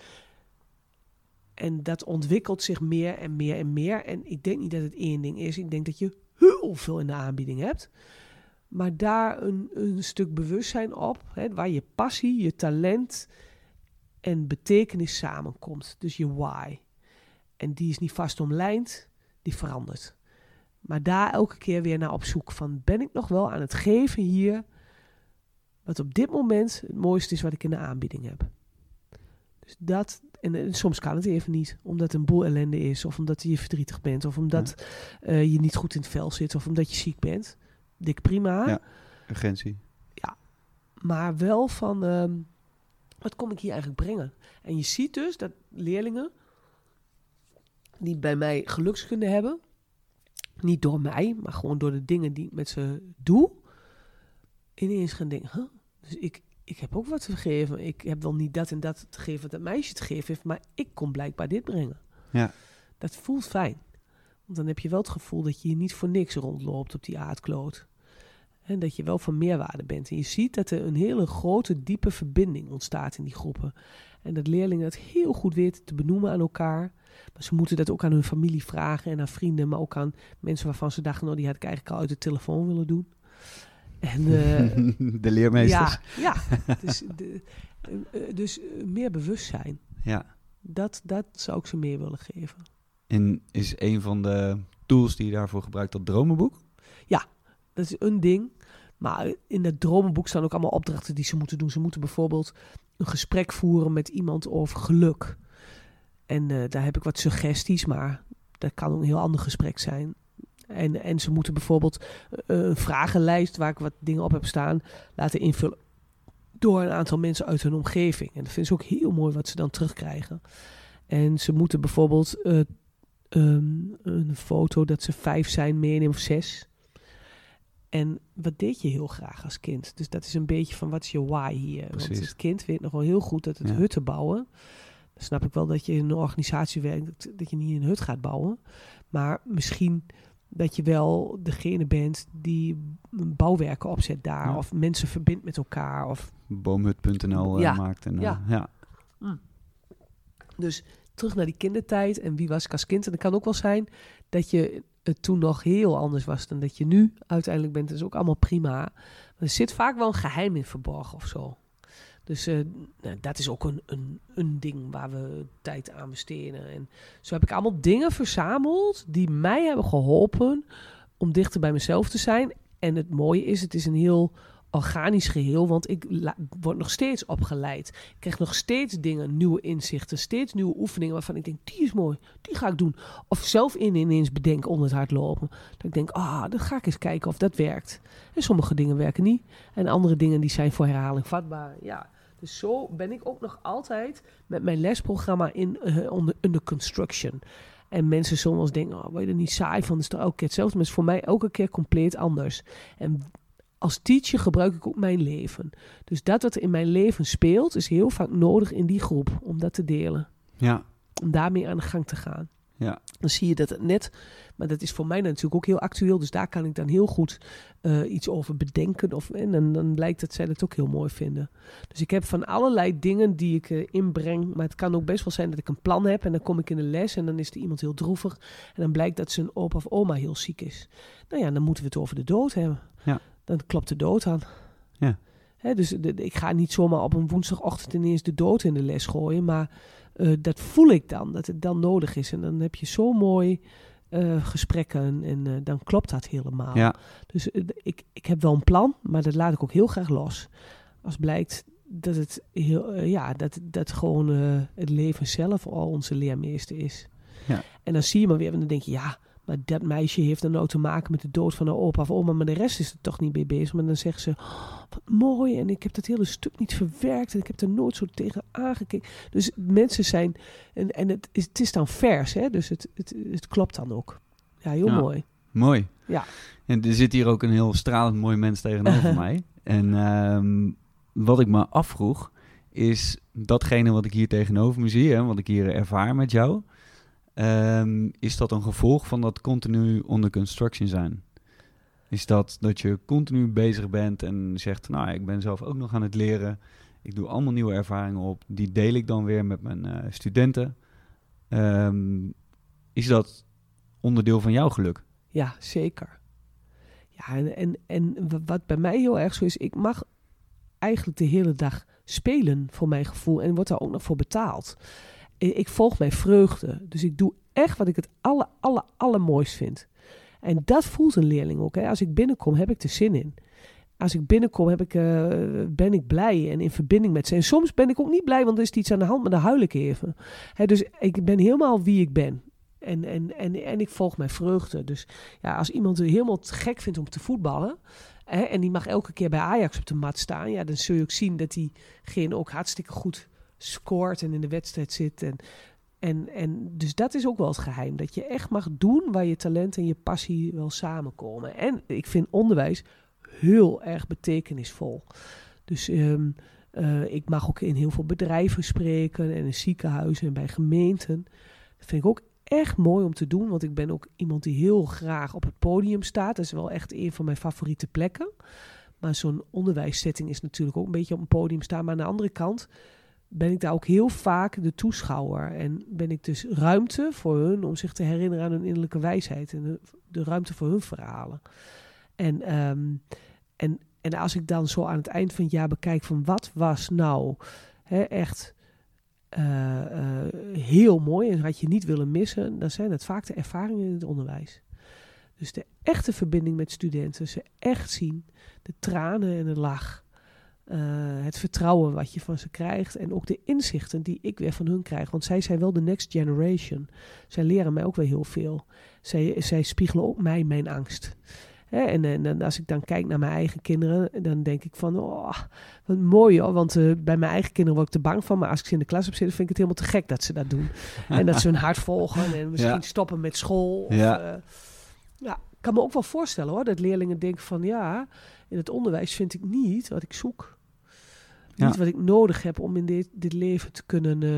En dat ontwikkelt zich meer en meer en meer. En ik denk niet dat het 1 ding is. Ik denk dat je heel veel in de aanbieding hebt. Maar daar een stuk bewustzijn op, waar je passie, je talent en betekenis samenkomt. Dus je why. En die is niet vast omlijnd, die verandert. Maar daar elke keer weer naar op zoek van, ben ik nog wel aan het geven hier, wat op dit moment het mooiste is wat ik in de aanbieding heb. Dus dat, en soms kan het even niet, omdat een boel ellende is, of omdat je verdrietig bent, of omdat je niet goed in het vel zit, of omdat je ziek bent. Dik prima. Ja, urgentie. Ja, maar wel van, wat kom ik hier eigenlijk brengen? En je ziet dus dat leerlingen die bij mij gelukskunde hebben, niet door mij, maar gewoon door de dingen die ik met ze doe, ineens gaan denken, dus ik heb ook wat te geven. Ik heb wel niet dat en dat te geven wat dat meisje te geven heeft, maar ik kon blijkbaar dit brengen. Ja. Dat voelt fijn. Want dan heb je wel het gevoel dat je hier niet voor niks rondloopt op die aardkloot. En dat je wel van meerwaarde bent. En je ziet dat er een hele grote, diepe verbinding ontstaat in die groepen. En dat leerlingen dat heel goed weten te benoemen aan elkaar. Maar ze moeten dat ook aan hun familie vragen en aan vrienden. Maar ook aan mensen waarvan ze dachten, die had ik eigenlijk al uit de telefoon willen doen. En, de leermeesters. Ja. Dus meer bewustzijn. Ja. Dat zou ik ze meer willen geven. En is een van de tools die je daarvoor gebruikt dat dromenboek? Ja, dat is een ding. Maar in het dromenboek staan ook allemaal opdrachten die ze moeten doen. Ze moeten bijvoorbeeld een gesprek voeren met iemand over geluk. En daar heb ik wat suggesties, maar dat kan ook een heel ander gesprek zijn. En ze moeten bijvoorbeeld een vragenlijst waar ik wat dingen op heb staan laten invullen door een aantal mensen uit hun omgeving. En dat vinden ze ook heel mooi wat ze dan terugkrijgen. En ze moeten bijvoorbeeld een foto dat ze 5 zijn meenemen of 6. En wat deed je heel graag als kind? Dus dat is een beetje van wat is je why hier? Precies. Want het kind weet nog wel heel goed dat het hutten bouwen. Dan snap ik wel dat je in een organisatie werkt, dat je niet een hut gaat bouwen. Maar misschien dat je wel degene bent die bouwwerken opzet daar. Ja. Of mensen verbindt met elkaar. Of boomhut.nl maakt. En, ja. Dus terug naar die kindertijd. En wie was ik als kind? En het kan ook wel zijn dat je het toen nog heel anders was dan dat je nu uiteindelijk bent. Dat is ook allemaal prima. Maar er zit vaak wel een geheim in verborgen of zo. Dus dat is ook een ding waar we tijd aan besteden. En zo heb ik allemaal dingen verzameld die mij hebben geholpen om dichter bij mezelf te zijn. En het mooie is, het is een heel organisch geheel, want ik word nog steeds opgeleid. Ik krijg nog steeds dingen, nieuwe inzichten, steeds nieuwe oefeningen waarvan ik denk, die is mooi, die ga ik doen. Of zelf ineens bedenken onder het hardlopen. Dat ik denk, dan ga ik eens kijken of dat werkt. En sommige dingen werken niet. En andere dingen die zijn voor herhaling vatbaar. Ja. Dus zo ben ik ook nog altijd met mijn lesprogramma under construction. En mensen zullen wel eens denken, word je er niet saai van? Dat is toch elke keer hetzelfde? Maar het is voor mij elke keer compleet anders. En als teacher gebruik ik ook mijn leven. Dus dat wat er in mijn leven speelt, is heel vaak nodig in die groep om dat te delen. Ja. Om daarmee aan de gang te gaan. Ja. Dan zie je dat het net, maar dat is voor mij natuurlijk ook heel actueel. Dus daar kan ik dan heel goed iets over bedenken. En dan blijkt dat zij dat ook heel mooi vinden. Dus ik heb van allerlei dingen die ik inbreng. Maar het kan ook best wel zijn dat ik een plan heb. En dan kom ik in de les en dan is er iemand heel droevig. En dan blijkt dat zijn opa of oma heel ziek is. Nou ja, dan moeten we het over de dood hebben. Ja. Dan klopt de dood aan. Ja. Dus ik ga niet zomaar op een woensdagochtend ineens de dood in de les gooien. Maar dat voel ik dan, dat het dan nodig is. En dan heb je zo mooi gesprekken en dan klopt dat helemaal. Ja. Dus ik heb wel een plan, maar dat laat ik ook heel graag los. Als blijkt dat het dat gewoon het leven zelf al onze leermeester is. Ja. En dan zie je maar weer, en dan denk je, ja, maar dat meisje heeft dan nou te maken met de dood van haar opa of oma, maar de rest is er toch niet mee bezig. Maar dan zeggen ze, wat mooi, en ik heb dat hele stuk niet verwerkt en ik heb er nooit zo tegen aangekeken. Dus mensen zijn, en het is dan vers, hè? Dus het klopt dan ook. Ja, heel mooi. Mooi. Ja. En er zit hier ook een heel stralend mooi mens tegenover mij. En wat ik me afvroeg, is datgene wat ik hier tegenover me zie, hè, wat ik hier ervaar met jou. Is dat een gevolg van dat continu onder construction zijn? Is dat je continu bezig bent en zegt, nou, ik ben zelf ook nog aan het leren. Ik doe allemaal nieuwe ervaringen op. Die deel ik dan weer met mijn studenten. Is dat onderdeel van jouw geluk? Ja, zeker. Ja, en wat bij mij heel erg zo is, ik mag eigenlijk de hele dag spelen voor mijn gevoel en wordt daar ook nog voor betaald. Ik volg mijn vreugde. Dus ik doe echt wat ik het allermooist vind. En dat voelt een leerling ook. Hè. Als ik binnenkom, heb ik er zin in. Als ik binnenkom, ben ik blij en in verbinding met ze. En soms ben ik ook niet blij, want er is iets aan de hand, maar dan huil ik even. Hè, dus ik ben helemaal wie ik ben. En ik volg mijn vreugde. Dus ja, als iemand het helemaal te gek vindt om te voetballen, en die mag elke keer bij Ajax op de mat staan, ja, dan zul je ook zien dat diegene ook hartstikke goed scoort en in de wedstrijd zit. En dus dat is ook wel het geheim. Dat je echt mag doen waar je talent en je passie wel samenkomen. En ik vind onderwijs heel erg betekenisvol. Dus ik mag ook in heel veel bedrijven spreken en in ziekenhuizen en bij gemeenten. Dat vind ik ook echt mooi om te doen, want ik ben ook iemand die heel graag op het podium staat. Dat is wel echt een van mijn favoriete plekken. Maar zo'n onderwijssetting is natuurlijk ook een beetje op een podium staan. Maar aan de andere kant ben ik daar ook heel vaak de toeschouwer. En ben ik dus ruimte voor hun om zich te herinneren aan hun innerlijke wijsheid. En de ruimte voor hun verhalen. En En als ik dan zo aan het eind van het jaar bekijk van wat was nou echt heel mooi en had je niet willen missen, dan zijn het vaak de ervaringen in het onderwijs. Dus de echte verbinding met studenten, ze echt zien, de tranen en de lach, het vertrouwen wat je van ze krijgt en ook de inzichten die ik weer van hun krijg. Want zij zijn wel de next generation. Zij leren mij ook weer heel veel. Zij spiegelen ook mij mijn angst. En als ik dan kijk naar mijn eigen kinderen, dan denk ik van, wat mooi hoor. Want bij mijn eigen kinderen word ik te bang van. Maar als ik ze in de klas heb zitten, vind ik het helemaal te gek dat ze dat doen. En dat ze hun hart volgen en misschien stoppen met school. Of, ik kan me ook wel voorstellen hoor, dat leerlingen denken van, in het onderwijs vind ik niet wat ik zoek. Niet wat ik nodig heb om in dit leven te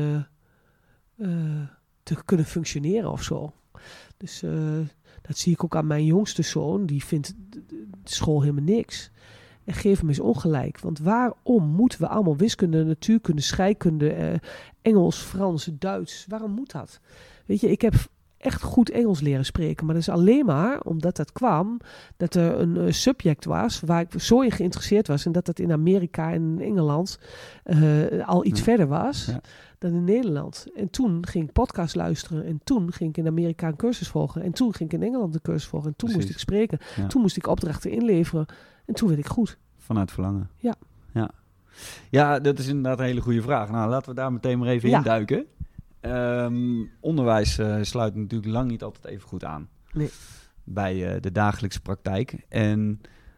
kunnen functioneren of zo. Dus dat zie ik ook aan mijn jongste zoon. Die vindt de school helemaal niks. En geef hem eens ongelijk. Want waarom moeten we allemaal wiskunde, natuurkunde, scheikunde, Engels, Frans, Duits? Waarom moet dat? Weet je, ik heb echt goed Engels leren spreken. Maar dat is alleen maar omdat dat kwam dat er een subject was waar ik zo in geïnteresseerd was. En dat in Amerika en in Engeland al iets verder was dan in Nederland. En toen ging ik podcast luisteren. En toen ging ik in Amerika een cursus volgen. En toen ging ik in Engeland een cursus volgen. En toen moest ik spreken. Ja. Toen moest ik opdrachten inleveren. En toen werd ik goed. Vanuit verlangen. Ja. Ja, dat is inderdaad een hele goede vraag. Nou, laten we daar meteen maar even induiken. Onderwijs sluit natuurlijk lang niet altijd even goed aan bij de dagelijkse praktijk. En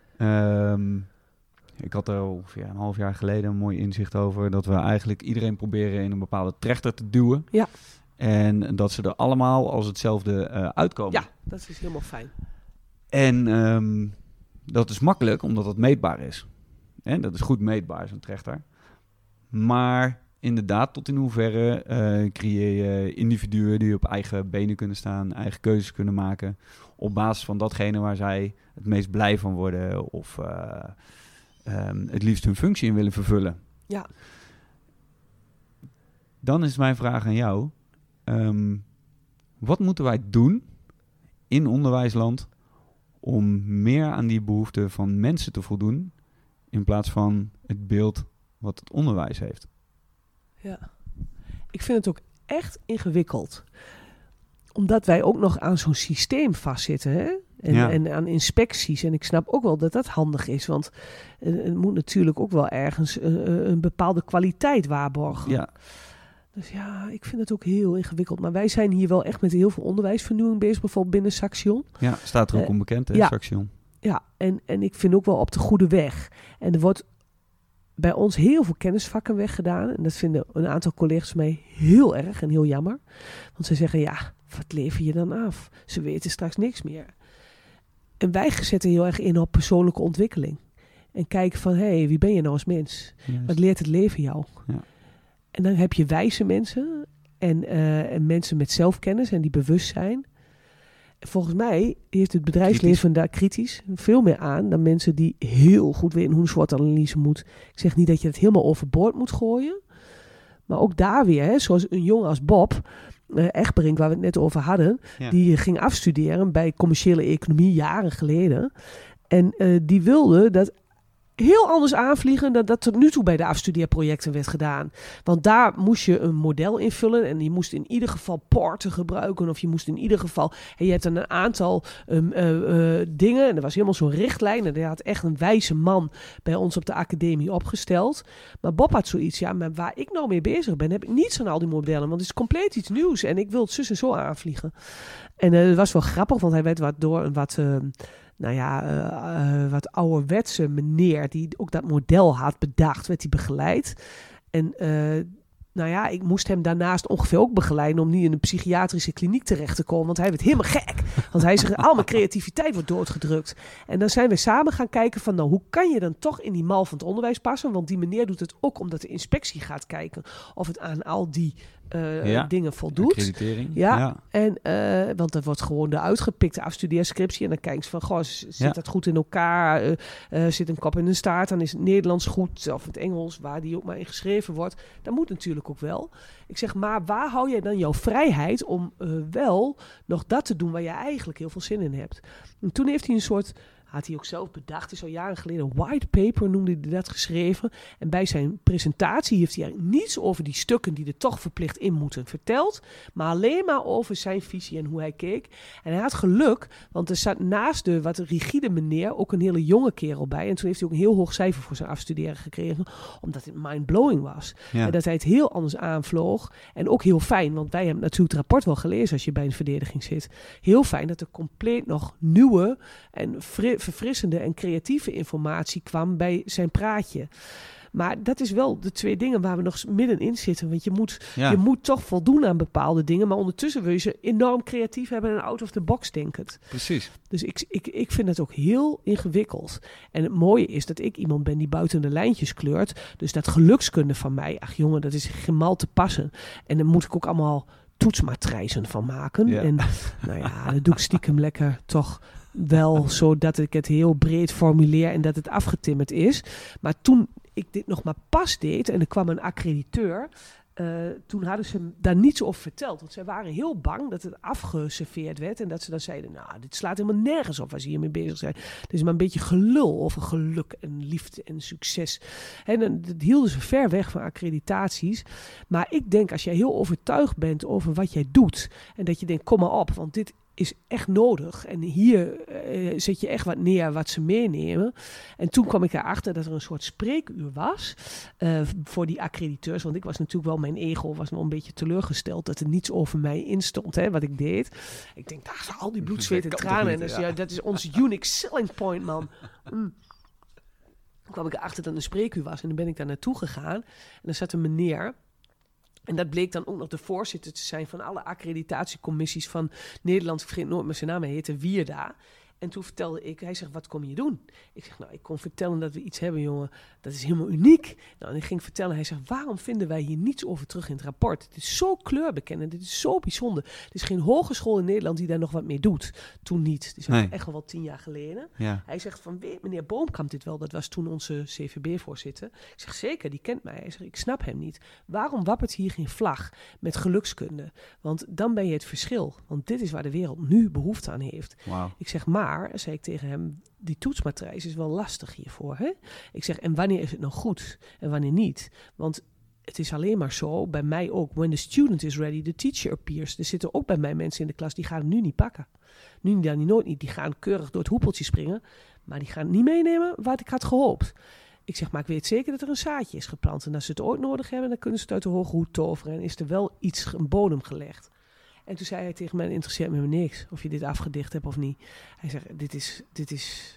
ik had er ongeveer een half jaar geleden een mooi inzicht over dat we eigenlijk iedereen proberen in een bepaalde trechter te duwen. Ja. En dat ze er allemaal als hetzelfde uitkomen. Ja, dat is helemaal fijn. En dat is makkelijk omdat het meetbaar is. En dat is goed meetbaar, zo'n trechter. Maar inderdaad, tot in hoeverre creëer je individuen die op eigen benen kunnen staan, eigen keuzes kunnen maken, op basis van datgene waar zij het meest blij van worden of het liefst hun functie in willen vervullen. Ja. Dan is mijn vraag aan jou. Wat moeten wij doen in onderwijsland om meer aan die behoeften van mensen te voldoen in plaats van het beeld wat het onderwijs heeft? Ja, ik vind het ook echt ingewikkeld. Omdat wij ook nog aan zo'n systeem vastzitten, hè? En aan inspecties. En ik snap ook wel dat dat handig is. Want het moet natuurlijk ook wel ergens een bepaalde kwaliteit waarborgen. Ja. Dus ja, ik vind het ook heel ingewikkeld. Maar wij zijn hier wel echt met heel veel onderwijsvernieuwing bezig. Bijvoorbeeld binnen Saxion. Ja, staat er ook onbekend, hè, Saxion. Ja, en ik vind ook wel op de goede weg. En er wordt bij ons heel veel kennisvakken weggedaan. En dat vinden een aantal collega's mij heel erg en heel jammer. Want ze zeggen, wat lever je dan af? Ze weten straks niks meer. En wij zetten heel erg in op persoonlijke ontwikkeling. En kijken van, wie ben je nou als mens? Yes. Wat leert het leven jou? Ja. En dan heb je wijze mensen en mensen met zelfkennis en die bewust zijn. En volgens mij heeft het bedrijfsleven daar kritisch veel meer aan dan mensen die heel goed weten hoe een SWOT-analyse moet. Ik zeg niet dat je het helemaal overboord moet gooien. Maar ook daar weer, zoals een jongen als Bob Egberink, waar we het net over hadden, die ging afstuderen bij commerciële economie jaren geleden. En die wilde dat heel anders aanvliegen dan dat tot nu toe bij de afstudeerprojecten werd gedaan. Want daar moest je een model invullen en je moest in ieder geval Porter gebruiken of je moest in ieder geval... En je hebt dan een aantal dingen en er was helemaal zo'n richtlijn en daar had echt een wijze man bij ons op de academie opgesteld. Maar Bob had zoiets, maar waar ik nou mee bezig ben, heb ik niets aan al die modellen, want het is compleet iets nieuws en ik wil het zus en zo aanvliegen. En het was wel grappig, want hij werd door een wat ouderwetse meneer die ook dat model had bedacht, werd hij begeleid. En ik moest hem daarnaast ongeveer ook begeleiden om niet in een psychiatrische kliniek terecht te komen, want hij werd helemaal gek. Want hij zegt, al mijn creativiteit wordt doodgedrukt. En dan zijn we samen gaan kijken van, hoe kan je dan toch in die mal van het onderwijs passen? Want die meneer doet het ook omdat de inspectie gaat kijken of het aan al die dingen voldoet. Accreditering. Ja. En want dat wordt gewoon de uitgepikte afstudeerscriptie en dan kijken ze van, zit dat goed in elkaar? Zit een kop in een staart? Dan is het Nederlands goed of het Engels, waar die ook maar in geschreven wordt. Dat moet natuurlijk ook wel. Ik zeg, maar waar hou jij dan jouw vrijheid om wel nog dat te doen waar je eigenlijk heel veel zin in hebt? En toen heeft hij een soort had hij ook zelf bedacht. Is al jaren geleden een white paper, noemde hij dat, geschreven. En bij zijn presentatie heeft hij eigenlijk niets over die stukken die er toch verplicht in moeten verteld. Maar alleen maar over zijn visie en hoe hij keek. En hij had geluk, want er zat naast de wat rigide meneer ook een hele jonge kerel bij. En toen heeft hij ook een heel hoog cijfer voor zijn afstuderen gekregen. Omdat het mind-blowing was. Ja. En dat hij het heel anders aanvloog. En ook heel fijn, want wij hebben natuurlijk het rapport wel gelezen als je bij een verdediging zit. Heel fijn dat er compleet nog nieuwe en verfrissende en creatieve informatie kwam bij zijn praatje. Maar dat is wel de twee dingen waar we nog middenin zitten. Want je moet toch voldoen aan bepaalde dingen. Maar ondertussen wil je ze enorm creatief hebben en out of the box denkend. Precies. Dus ik vind het ook heel ingewikkeld. En het mooie is dat ik iemand ben die buiten de lijntjes kleurt. Dus dat gelukskunde van mij, ach jongen, dat is gemaal te passen. En dan moet ik ook allemaal toetsmatrijzen van maken. Ja. En nou ja, dat doe ik stiekem lekker toch wel zodat ik het heel breed formuleer en dat het afgetimmerd is. Maar toen ik dit nog maar pas deed en er kwam een accrediteur, toen hadden ze daar niets over verteld. Want zij waren heel bang dat het afgeserveerd werd en dat ze dan zeiden, nou, dit slaat helemaal nergens op als ze hiermee bezig zijn. Het is maar een beetje gelul over geluk en liefde en succes. En dat hielden ze ver weg van accreditaties. Maar ik denk, als jij heel overtuigd bent over wat jij doet en dat je denkt, kom maar op, want dit is echt nodig. En hier zet je echt wat neer wat ze meenemen. En toen kwam ik erachter dat er een soort spreekuur was voor die accrediteurs. Want ik was natuurlijk wel, mijn ego was nog een beetje teleurgesteld dat er niets over mij instond, wat ik deed. Ik denk, al die bloed, zweet en tranen. En dus, dat is onze unique selling point, man. Toen kwam ik erachter dat er een spreekuur was. En dan ben ik daar naartoe gegaan. En dan zat een meneer. En dat bleek dan ook nog de voorzitter te zijn van alle accreditatiecommissies van Nederland. Ik vergeet nooit meer zijn naam, hij heette Wierda. En toen vertelde ik, hij zegt, wat kom je doen? Ik zeg, nou, ik kon vertellen dat we iets hebben, jongen, dat is helemaal uniek. Nou, en ik ging vertellen, hij zegt, waarom vinden wij hier niets over terug in het rapport? Het is zo kleurbekend, dit is zo bijzonder. Er is geen hogeschool in Nederland die daar nog wat mee doet. Toen niet. Het is echt wel 10 jaar geleden. Ja. Hij zegt van, weet meneer Boomkamp dit wel? Dat was toen onze CVB-voorzitter. Ik zeg, zeker, die kent mij. Hij zegt, ik snap hem niet. Waarom wappert hier geen vlag met gelukskunde? Want dan ben je het verschil. Want dit is waar de wereld nu behoefte aan heeft. Wow. Ik zeg, maar, zei ik tegen hem, die toetsmatrijs is wel lastig hiervoor. Hè? Ik zeg, en wanneer is het nou goed en wanneer niet? Want het is alleen maar zo, bij mij ook, when the student is ready, the teacher appears. Er zitten ook bij mij mensen in de klas, die gaan het nu niet pakken. Nu dan niet, nooit niet. Die gaan keurig door het hoepeltje springen, maar die gaan niet meenemen wat ik had gehoopt. Ik zeg, maar ik weet zeker dat er een zaadje is geplant. En als ze het ooit nodig hebben, dan kunnen ze het uit de hoge hoed toveren. En is er wel een bodem gelegd. En toen zei hij tegen mij, interesseert me niks of je dit afgedicht hebt of niet. Hij zegt, dit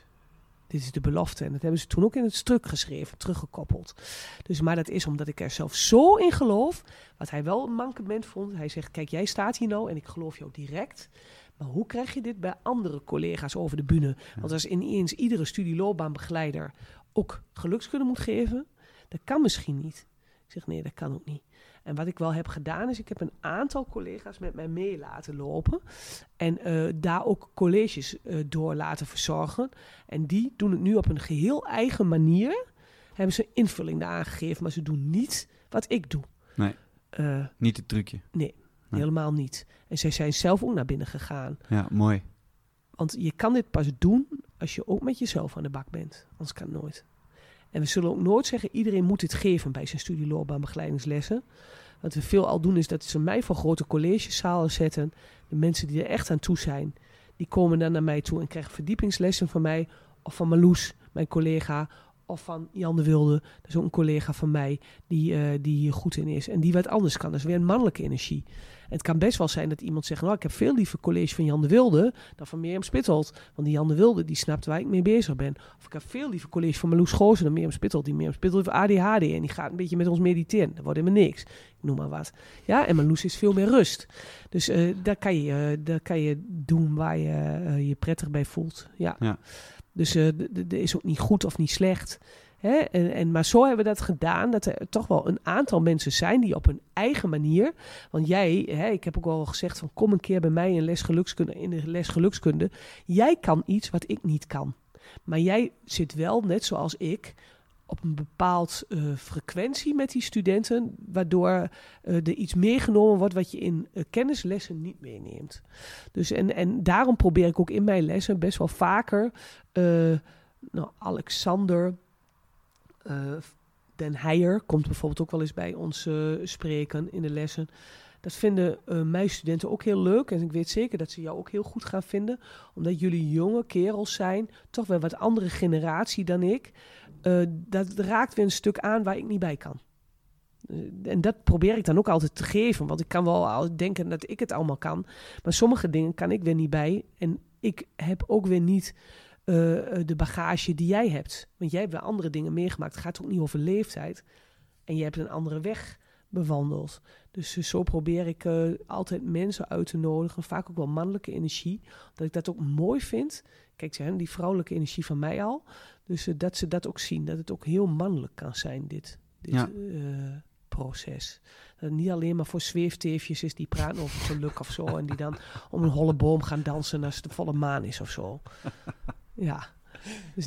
is de belofte. En dat hebben ze toen ook in het stuk geschreven, teruggekoppeld. Dus, maar dat is omdat ik er zelf zo in geloof, wat hij wel een mankement vond. Hij zegt, kijk, jij staat hier nou en ik geloof jou direct. Maar hoe krijg je dit bij andere collega's over de bühne? Want als ineens iedere studieloopbaanbegeleider ook gelukskunde moet geven, dat kan misschien niet. Ik zeg, nee, dat kan ook niet. En wat ik wel heb gedaan is, ik heb een aantal collega's met mij mee laten lopen. En daar ook colleges door laten verzorgen. En die doen het nu op een geheel eigen manier. Hebben ze invulling daar aangegeven, maar ze doen niet wat ik doe. Nee, niet het trucje. Nee, helemaal niet. En zij zijn zelf ook naar binnen gegaan. Ja, mooi. Want je kan dit pas doen als je ook met jezelf aan de bak bent. Anders kan het nooit. En we zullen ook nooit zeggen, iedereen moet dit geven bij zijn studieloopbaanbegeleidingslessen. Wat we veel al doen is dat ze mij voor grote collegezalen zetten. De mensen die er echt aan toe zijn, die komen dan naar mij toe en krijgen verdiepingslessen van mij. Of van Marloes, mijn collega. Of van Jan de Wilde, dat is ook een collega van mij die hier goed in is. En die wat anders kan, dat is weer een mannelijke energie. En het kan best wel zijn dat iemand zegt, nou, ik heb veel liever college van Jan de Wilde dan van Mirjam Spitholt. Want die Jan de Wilde, die snapt waar ik mee bezig ben. Of ik heb veel liever college van Marloes Goosen dan Mirjam Spitholt. Die Mirjam Spitholt heeft ADHD en die gaat een beetje met ons mediteren. Dat wordt helemaal niks. Ik noem maar wat. Ja, en Marloes is veel meer rust. Dus daar kan je doen waar je je prettig bij voelt. Ja. Dus er is ook niet goed of niet slecht. Hè? Maar zo hebben we dat gedaan, dat er toch wel een aantal mensen zijn die op hun eigen manier. Want jij, ik heb ook al gezegd van kom een keer bij mij in de les gelukskunde. Jij kan iets wat ik niet kan. Maar jij zit wel, net zoals ik, op een bepaald frequentie met die studenten, waardoor er iets meegenomen wordt wat je in kennislessen niet meeneemt. Dus en daarom probeer ik ook in mijn lessen best wel vaker Alexander Den Heijer komt bijvoorbeeld ook wel eens bij ons spreken in de lessen. Dat vinden mijn studenten ook heel leuk. En ik weet zeker dat ze jou ook heel goed gaan vinden. Omdat jullie jonge kerels zijn. Toch wel wat andere generatie dan ik. Dat raakt weer een stuk aan waar ik niet bij kan. En dat probeer ik dan ook altijd te geven. Want ik kan wel denken dat ik het allemaal kan. Maar sommige dingen kan ik weer niet bij. En ik heb ook weer niet de bagage die jij hebt. Want jij hebt wel andere dingen meegemaakt. Het gaat ook niet over leeftijd. En je hebt een andere weg bewandeld. Dus zo probeer ik altijd mensen uit te nodigen. Vaak ook wel mannelijke energie. Dat ik dat ook mooi vind. Kijk, ze hebben die vrouwelijke energie van mij al. Dus dat ze dat ook zien. Dat het ook heel mannelijk kan zijn, dit proces. Dat het niet alleen maar voor zweefteefjes is die praten over geluk of zo. En die dan om een holle boom gaan dansen als het de volle maan is of zo. Ja. Dus,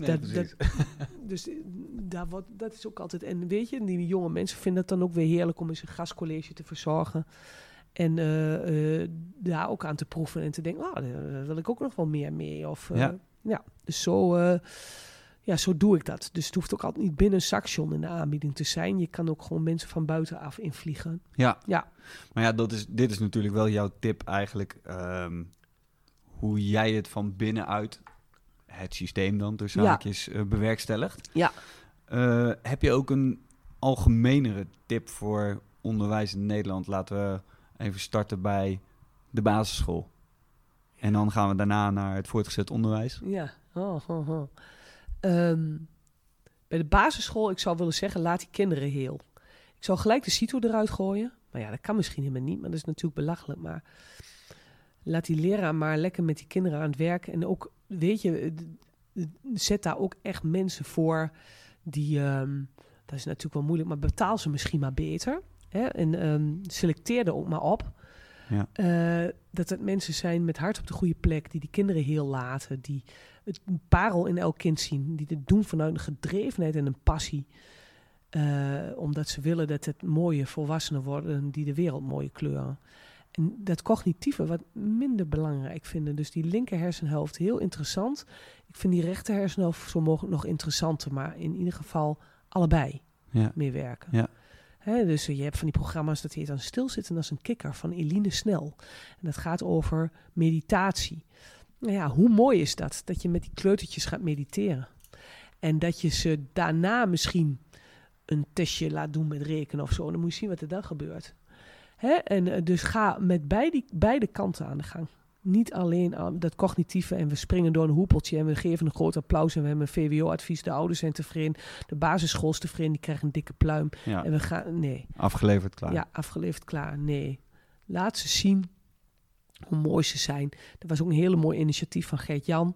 dat is ook altijd... En weet je, die jonge mensen vinden het dan ook weer heerlijk om eens een gastcollege te verzorgen. En daar ook aan te proeven en te denken, daar wil ik ook nog wel meer mee. Dus zo doe ik dat. Dus het hoeft ook altijd niet binnen een Saxion in de aanbieding te zijn. Je kan ook gewoon mensen van buitenaf invliegen. Ja. Maar ja, dit is natuurlijk wel jouw tip eigenlijk. Hoe jij het van binnenuit... het systeem dan tussen haakjes bewerkstelligt. Ja. Heb je ook een algemenere tip voor onderwijs in Nederland? Laten we even starten bij de basisschool. En dan gaan we daarna naar het voortgezet onderwijs. Ja. Bij de basisschool, ik zou willen zeggen, laat die kinderen heel. Ik zou gelijk de CITO eruit gooien. Maar ja, dat kan misschien helemaal niet, maar dat is natuurlijk belachelijk. Maar laat die leraar maar lekker met die kinderen aan het werk. En ook, weet je, zet daar ook echt mensen voor die, dat is natuurlijk wel moeilijk, maar betaal ze misschien maar beter. Hè? En selecteer er ook maar op. Ja. Dat het mensen zijn met hart op de goede plek, die kinderen heel laten, die het parel in elk kind zien, die het doen vanuit een gedrevenheid en een passie. Omdat ze willen dat het mooie volwassenen worden die de wereld mooie kleuren. En dat cognitieve wat minder belangrijk vinden. Dus die linker hersenhelft heel interessant. Ik vind die rechter hersenhelft zo mogelijk nog interessanter. Maar in ieder geval allebei meewerken. Ja. Dus je hebt van die programma's dat heet dan Stilzitten als een kikker van Eline Snel. En dat gaat over meditatie. Nou ja, hoe mooi is dat? Dat je met die kleutertjes gaat mediteren. En dat je ze daarna misschien een testje laat doen met rekenen of zo. Dan moet je zien wat er dan gebeurt. En dus ga met beide kanten aan de gang. Niet alleen dat cognitieve en we springen door een hoepeltje en we geven een groot applaus en we hebben een VWO-advies. De ouders zijn tevreden, de basisschool is tevreden, die krijgen een dikke pluim. Ja. En we gaan, nee. Afgeleverd klaar. Ja, afgeleverd klaar, nee. Laat ze zien hoe mooi ze zijn. Er was ook een hele mooi initiatief van Gert-Jan.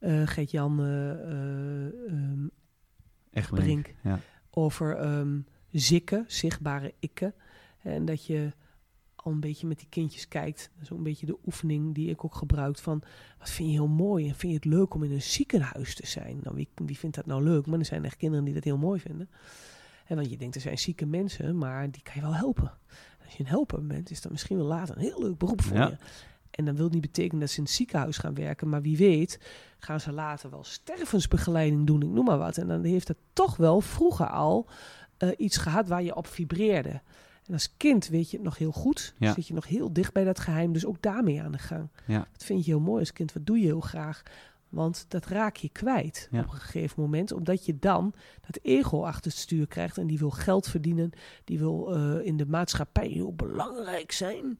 Brink. Ja. Over zikken, zichtbare ikken. En dat je al een beetje met die kindjes kijkt. Dat is ook een beetje de oefening die ik ook gebruik van, wat vind je heel mooi en vind je het leuk om in een ziekenhuis te zijn? Nou, wie vindt dat nou leuk? Maar er zijn echt kinderen die dat heel mooi vinden. Want je denkt, er zijn zieke mensen, maar die kan je wel helpen. Als je een helper bent, is dat misschien wel later een heel leuk beroep voor je. En dat wil niet betekenen dat ze in het ziekenhuis gaan werken, maar wie weet gaan ze later wel stervensbegeleiding doen, ik noem maar wat. En dan heeft het toch wel vroeger al iets gehad waar je op vibreerde. En als kind weet je het nog heel goed. Ja. Zit je nog heel dicht bij dat geheim. Dus ook daarmee aan de gang. Ja. Dat vind je heel mooi als kind. Wat doe je heel graag? Want dat raak je kwijt op een gegeven moment. Omdat je dan dat ego achter het stuur krijgt. En die wil geld verdienen. Die wil in de maatschappij heel belangrijk zijn.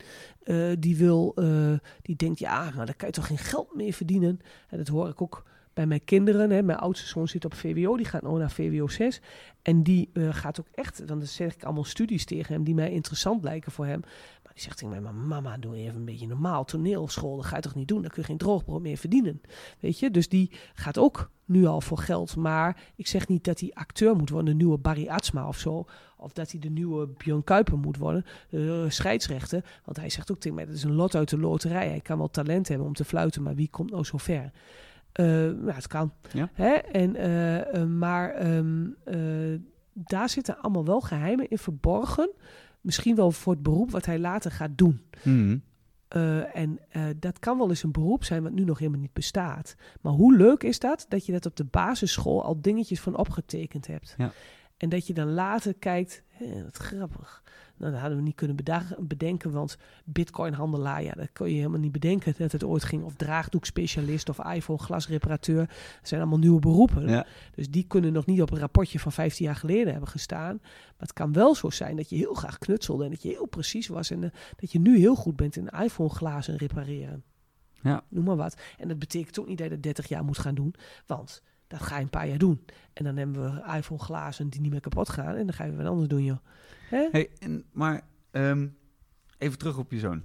Die denkt, ja, maar daar kan je toch geen geld mee verdienen. En dat hoor ik ook bij mijn kinderen. Hè. Mijn oudste zoon zit op VWO. Die gaat nou naar VWO 6. En die gaat ook echt, dan zeg ik allemaal studies tegen hem die mij interessant lijken voor hem. Maar die zegt tegen mij, mama, doe even een beetje normaal. Toneelschool, dat ga je toch niet doen? Dan kun je geen droogbrood meer verdienen. Weet je, dus die gaat ook nu al voor geld. Maar ik zeg niet dat hij acteur moet worden, de nieuwe Barry Atsma of zo. Of dat hij de nieuwe Björn Kuiper moet worden, scheidsrechter. Want hij zegt ook tegen mij, dat is een lot uit de loterij. Hij kan wel talent hebben om te fluiten, maar wie komt nou zo ver? Het kan. Ja? Hè? Maar daar zitten allemaal wel geheimen in verborgen. Misschien wel voor het beroep wat hij later gaat doen. Mm. Dat kan wel eens een beroep zijn wat nu nog helemaal niet bestaat. Maar hoe leuk is dat je dat op de basisschool al dingetjes van opgetekend hebt. Ja. En dat je dan later kijkt, wat grappig. Nou, dat hadden we niet kunnen bedenken, want bitcoinhandelaar, ja, dat kon je helemaal niet bedenken dat het ooit ging. Of draagdoekspecialist of iPhone glasreparateur. Dat zijn allemaal nieuwe beroepen. Ja. Dus die kunnen nog niet op een rapportje van 15 jaar geleden hebben gestaan. Maar het kan wel zo zijn dat je heel graag knutselde en dat je heel precies was. En dat je nu heel goed bent in iPhone glazen repareren. Ja. Noem maar wat. En dat betekent ook niet dat je dat 30 jaar moet gaan doen, want dat ga je een paar jaar doen. En dan hebben we iPhone glazen die niet meer kapot gaan. En dan ga je weer wat anders doen, joh. Hè? Hey, maar even terug op je zoon.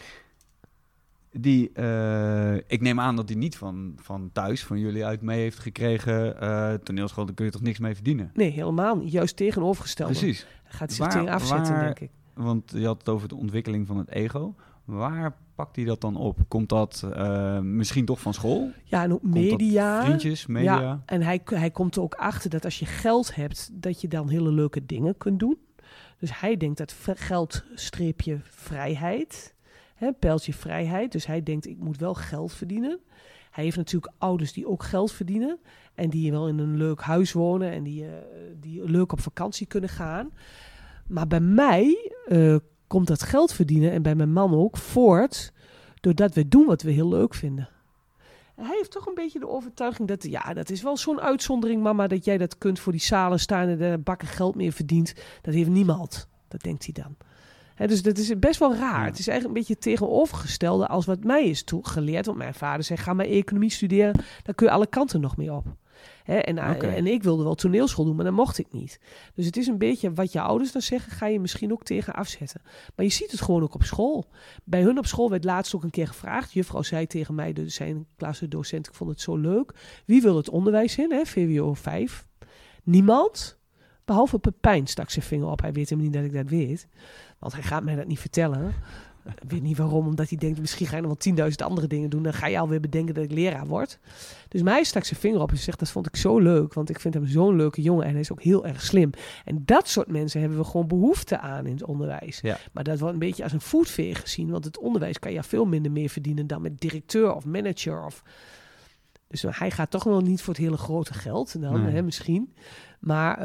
Ik neem aan dat hij niet van thuis, van jullie uit mee heeft gekregen. Toneelschool, daar kun je toch niks mee verdienen? Nee, helemaal niet. Juist tegenovergestelde. Precies. Gaat hij zich tegen afzetten, denk ik. Want je had het over de ontwikkeling van het ego. Waar pakt hij dat dan op? Komt dat misschien toch van school? Ja, en ook media. Vriendjes, media. Ja, en hij komt er ook achter dat als je geld hebt, dat je dan hele leuke dingen kunt doen. Dus hij denkt dat geld streepje vrijheid, pijltje vrijheid. Dus hij denkt, ik moet wel geld verdienen. Hij heeft natuurlijk ouders die ook geld verdienen. En die wel in een leuk huis wonen en die leuk op vakantie kunnen gaan. Maar bij mij komt dat geld verdienen en bij mijn man ook voort doordat we doen wat we heel leuk vinden. Hij heeft toch een beetje de overtuiging dat is wel zo'n uitzondering, mama, dat jij dat kunt voor die zalen staan en er bakken geld meer verdient. Dat heeft niemand. Dat denkt hij dan. Dus dat is best wel raar. Ja. Het is eigenlijk een beetje het tegenovergestelde als wat mij is geleerd. Want mijn vader zei, ga maar economie studeren, dan kun je alle kanten nog mee op. En ik wilde wel toneelschool doen, maar dat mocht ik niet. Dus het is een beetje wat je ouders dan zeggen, ga je misschien ook tegen afzetten. Maar je ziet het gewoon ook op school. Bij hun op school werd laatst ook een keer gevraagd. Juffrouw zei tegen mij, zijn klasdocent, ik vond het zo leuk. Wie wil het onderwijs in, VWO 5? Niemand. Behalve Pepijn stak zijn vinger op. Hij weet helemaal niet dat ik dat weet. Want hij gaat mij dat niet vertellen. Ik weet niet waarom, omdat hij denkt, misschien ga je nog wel 10.000 andere dingen doen. Dan ga je alweer bedenken dat ik leraar word. Dus mij stak zijn vinger op en zegt, dat vond ik zo leuk. Want ik vind hem zo'n leuke jongen en hij is ook heel erg slim. En dat soort mensen hebben we gewoon behoefte aan in het onderwijs. Ja. Maar dat wordt een beetje als een voetveeg gezien. Want het onderwijs kan je veel minder meer verdienen dan met directeur of manager. Dus hij gaat toch wel niet voor het hele grote geld dan, misschien. Maar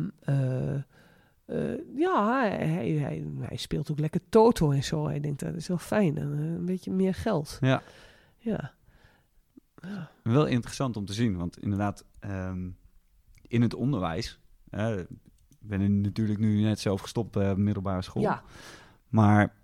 hij speelt ook lekker Toto en zo. Hij denkt, dat is wel fijn. En een beetje meer geld. Ja. Ja. Wel interessant om te zien. Want inderdaad, in het onderwijs... ik ben er natuurlijk nu net zelf gestopt op middelbare school. Ja. Maar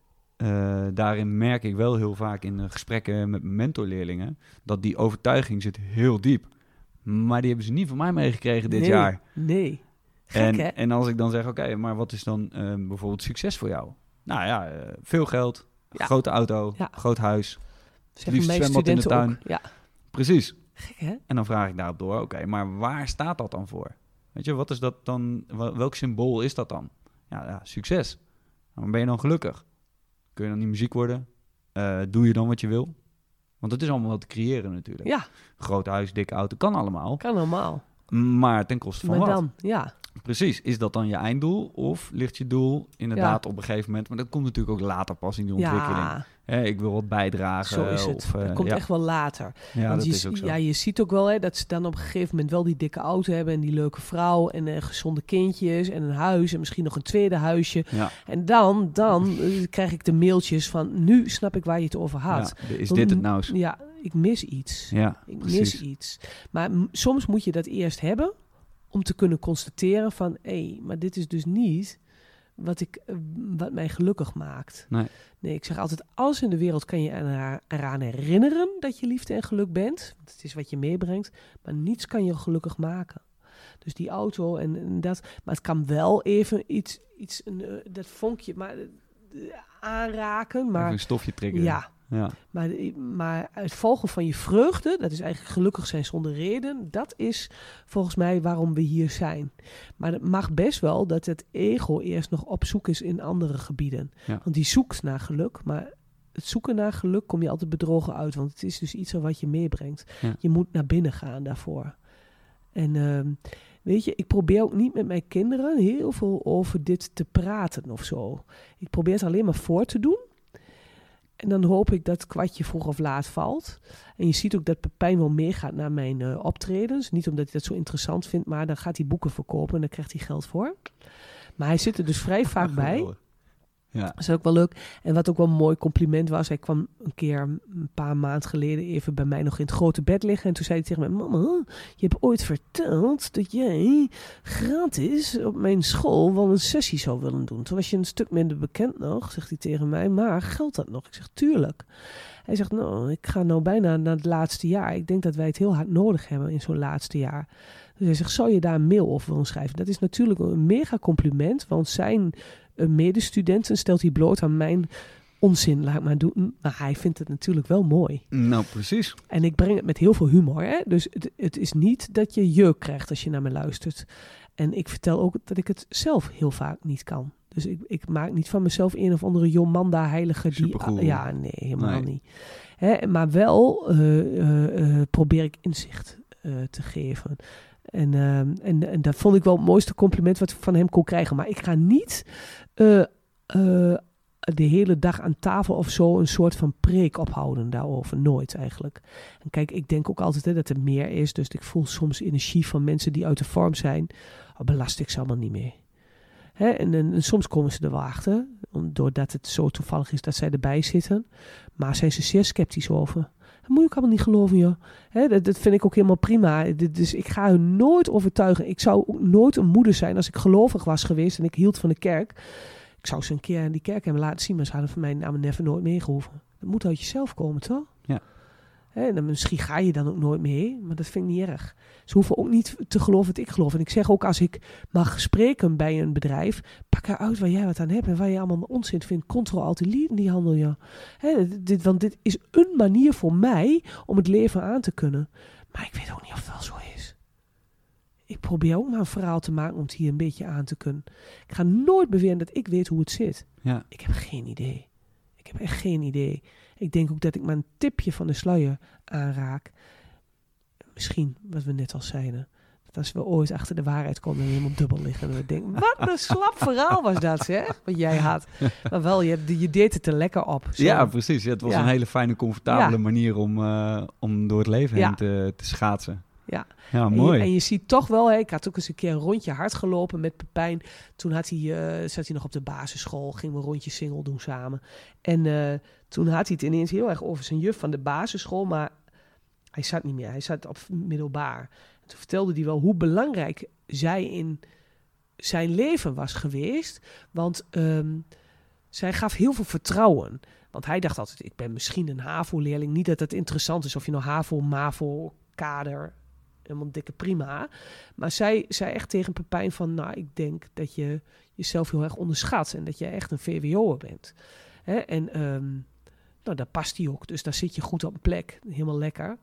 daarin merk ik wel heel vaak in de gesprekken met mijn mentorleerlingen... dat die overtuiging zit heel diep. Maar die hebben ze niet van mij meegekregen dit jaar. Nee. Gek, hè? En als ik dan zeg, oké, maar wat is dan bijvoorbeeld succes voor jou? Nou ja, veel geld, grote auto, groot huis, liefst zwembad in de tuin. Ook. Ja. Precies. Gek, hè? En dan vraag ik daarop door, oké, maar waar staat dat dan voor? Weet je, wat is dat dan? Welk symbool is dat dan? Ja, succes. Maar ben je dan gelukkig? Kun je dan niet muziek worden? Doe je dan wat je wil? Want het is allemaal wat te creëren natuurlijk. Ja. Groot huis, dikke auto, kan allemaal. Kan allemaal. Maar ten koste van wat? Dan, ja. Precies. Is dat dan je einddoel? Of ligt je doel inderdaad op een gegeven moment... Maar dat komt natuurlijk ook later pas in die ontwikkeling. Ja. Ik wil wat bijdragen. Zo is het. Dat komt echt wel later. Ja, want dat is ook zo. Ja, je ziet ook wel dat ze dan op een gegeven moment wel die dikke auto hebben... en die leuke vrouw en gezonde kindjes en een huis... en misschien nog een tweede huisje. Ja. En dan krijg ik de mailtjes van... nu snap ik waar je het over had. Ja, is dit het nou? Ja, ik mis iets. Ja, ik mis iets. Maar soms moet je dat eerst hebben... om te kunnen constateren van... maar dit is dus niet wat mij gelukkig maakt. Nee, ik zeg altijd... alles in de wereld kan je eraan herinneren... dat je liefde en geluk bent. Want het is wat je meebrengt. Maar niets kan je gelukkig maken. Dus die auto en dat... maar het kan wel even iets dat vonkje aanraken. Maar, even een stofje triggeren. Ja. Maar het volgen van je vreugde, dat is eigenlijk gelukkig zijn zonder reden, dat is volgens mij waarom we hier zijn. Maar het mag best wel dat het ego eerst nog op zoek is in andere gebieden. Ja. Want die zoekt naar geluk, maar het zoeken naar geluk kom je altijd bedrogen uit. Want het is dus iets wat je meebrengt. Ja. Je moet naar binnen gaan daarvoor. En weet je, ik probeer ook niet met mijn kinderen heel veel over dit te praten of zo. Ik probeer het alleen maar voor te doen. En dan hoop ik dat het kwartje vroeg of laat valt. En je ziet ook dat Pepijn wel meegaat naar mijn optredens. Niet omdat hij dat zo interessant vindt, maar dan gaat hij boeken verkopen en daar krijgt hij geld voor. Maar hij zit er dus vrij vaak bij. Ja. Dat is ook wel leuk. En wat ook wel een mooi compliment was, hij kwam een keer een paar maanden geleden even bij mij nog in het grote bed liggen. En toen zei hij tegen mij, mama, je hebt ooit verteld dat jij gratis op mijn school wel een sessie zou willen doen. Toen was je een stuk minder bekend nog, zegt hij tegen mij, maar geldt dat nog? Ik zeg, tuurlijk. Hij zegt, nou, ik ga nou bijna naar het laatste jaar. Ik denk dat wij het heel hard nodig hebben in zo'n laatste jaar. Dus hij zegt, zou je daar een mail over willen schrijven? Dat is natuurlijk een mega compliment, want zijn medestudenten stelt hij bloot aan mijn onzin, laat maar doen. Maar hij vindt het natuurlijk wel mooi. Nou, precies. En ik breng het met heel veel humor. Hè? Dus het is niet dat je jeuk krijgt als je naar me luistert. En ik vertel ook dat ik het zelf heel vaak niet kan. Dus ik maak niet van mezelf een of andere Jomanda heilige. Supercool. Ja, nee, helemaal niet. Hè? Maar wel probeer ik inzicht te geven. En dat vond ik wel het mooiste compliment wat ik van hem kon krijgen. Maar ik ga niet de hele dag aan tafel of zo een soort van preek ophouden daarover. Nooit eigenlijk. En kijk, ik denk ook altijd dat er meer is. Dus ik voel soms energie van mensen die uit de vorm zijn. Belast ik ze allemaal niet mee. Hè? En soms komen ze er wel achter. Doordat het zo toevallig is dat zij erbij zitten. Maar zijn ze zeer sceptisch over. Dat moet je ook allemaal niet geloven, joh. Hè, dat vind ik ook helemaal prima. Dus ik ga hun nooit overtuigen. Ik zou ook nooit een moeder zijn als ik gelovig was geweest en ik hield van de kerk. Ik zou ze een keer in die kerk hebben laten zien, maar ze hadden van mij naar mijn neffen nooit meegehoeven. Dat moet uit jezelf komen, toch? Ja. Hè, en dan misschien ga je dan ook nooit mee, maar dat vind ik niet erg. Ze hoeven ook niet te geloven wat ik geloof. En ik zeg ook, als ik mag spreken bij een bedrijf, pak eruit waar jij wat aan hebt en waar je allemaal onzin vindt. Ctrl-Alt-Delete in die handel, ja. Want dit is een manier voor mij om het leven aan te kunnen. Maar ik weet ook niet of het wel zo is. Ik probeer ook maar een verhaal te maken om het hier een beetje aan te kunnen. Ik ga nooit beweren dat ik weet hoe het zit. Ja. Ik heb geen idee. Ik heb echt geen idee. Ik denk ook dat ik maar een tipje van de sluier aanraak. Misschien, wat we net al zeiden. Dat als we ooit achter de waarheid komen en helemaal dubbel liggen. En we denken, wat een slap verhaal was dat, zeg. Wat jij had. Maar wel, je deed het er lekker op. Zo. Ja, precies. Het was een hele fijne, comfortabele manier om door het leven heen te schaatsen. Ja, ja, mooi. En je ziet toch wel, ik had ook eens een keer een rondje hard gelopen met Pepijn. Toen zat hij nog op de basisschool, gingen we een rondje single doen samen. En toen had hij het ineens heel erg over zijn juf van de basisschool, maar hij zat niet meer. Hij zat op middelbaar. En toen vertelde hij wel hoe belangrijk zij in zijn leven was geweest. Want zij gaf heel veel vertrouwen. Want hij dacht altijd, ik ben misschien een HAVO-leerling. Niet dat het interessant is of je nou HAVO, MAVO, kader, helemaal dikke prima. Maar zij zei echt tegen Pepijn van, nou, ik denk dat je jezelf heel erg onderschat. En dat je echt een VWO'er bent. Hè? En nou, daar past hij ook. Dus daar zit je goed op een plek. Helemaal lekker.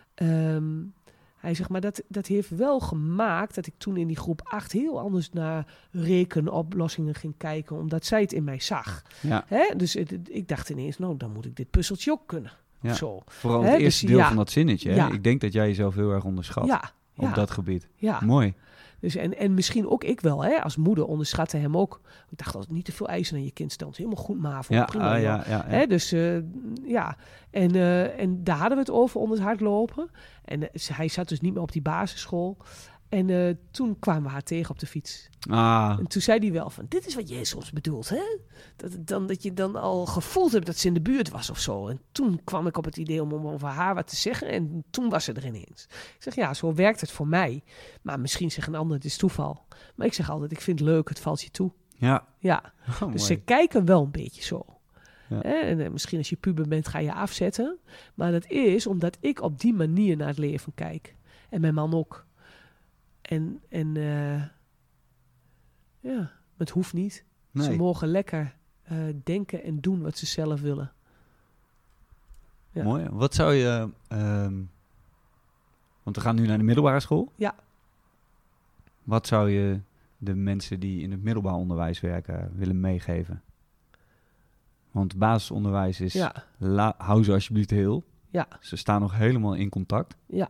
Hij zegt, maar dat heeft wel gemaakt dat ik toen in die groep 8 heel anders naar rekenoplossingen ging kijken, omdat zij het in mij zag. Ja. Hè? Dus ik dacht ineens, nou, dan moet ik dit puzzeltje ook kunnen. Ja. Zo. Vooral het eerste deel van dat zinnetje. Hè? Ja. Ik denk dat jij jezelf heel erg onderschat op dat gebied. Ja. Mooi. Dus en misschien ook ik wel, hè, als moeder onderschatte hem ook. Ik dacht altijd niet te veel eisen aan je kind stellen. Helemaal goed, MAVO. Prima. Ja. Hè, dus ja. En daar hadden we het over onder het hardlopen. En hij zat dus niet meer op die basisschool. En toen kwamen we haar tegen op de fiets. En toen zei hij wel van, dit is wat jij soms bedoelt, hè? Dat je dan al gevoeld hebt dat ze in de buurt was of zo. En toen kwam ik op het idee om over haar wat te zeggen. En toen was ze er ineens. Ik zeg, ja, zo werkt het voor mij. Maar misschien zegt een ander, het is toeval. Maar ik zeg altijd, ik vind het leuk, het valt je toe. Ja. Dus ze kijken wel een beetje zo. Ja. En misschien als je puber bent, ga je afzetten. Maar dat is omdat ik op die manier naar het leven kijk. En mijn man ook. En ja, het hoeft niet. Nee. Ze mogen lekker denken en doen wat ze zelf willen. Ja. Mooi. Wat zou je... want we gaan nu naar de middelbare school. Ja. Wat zou je de mensen die in het middelbaar onderwijs werken willen meegeven? Want basisonderwijs is... Ja. Hou ze alsjeblieft heel. Ja. Ze staan nog helemaal in contact. Ja.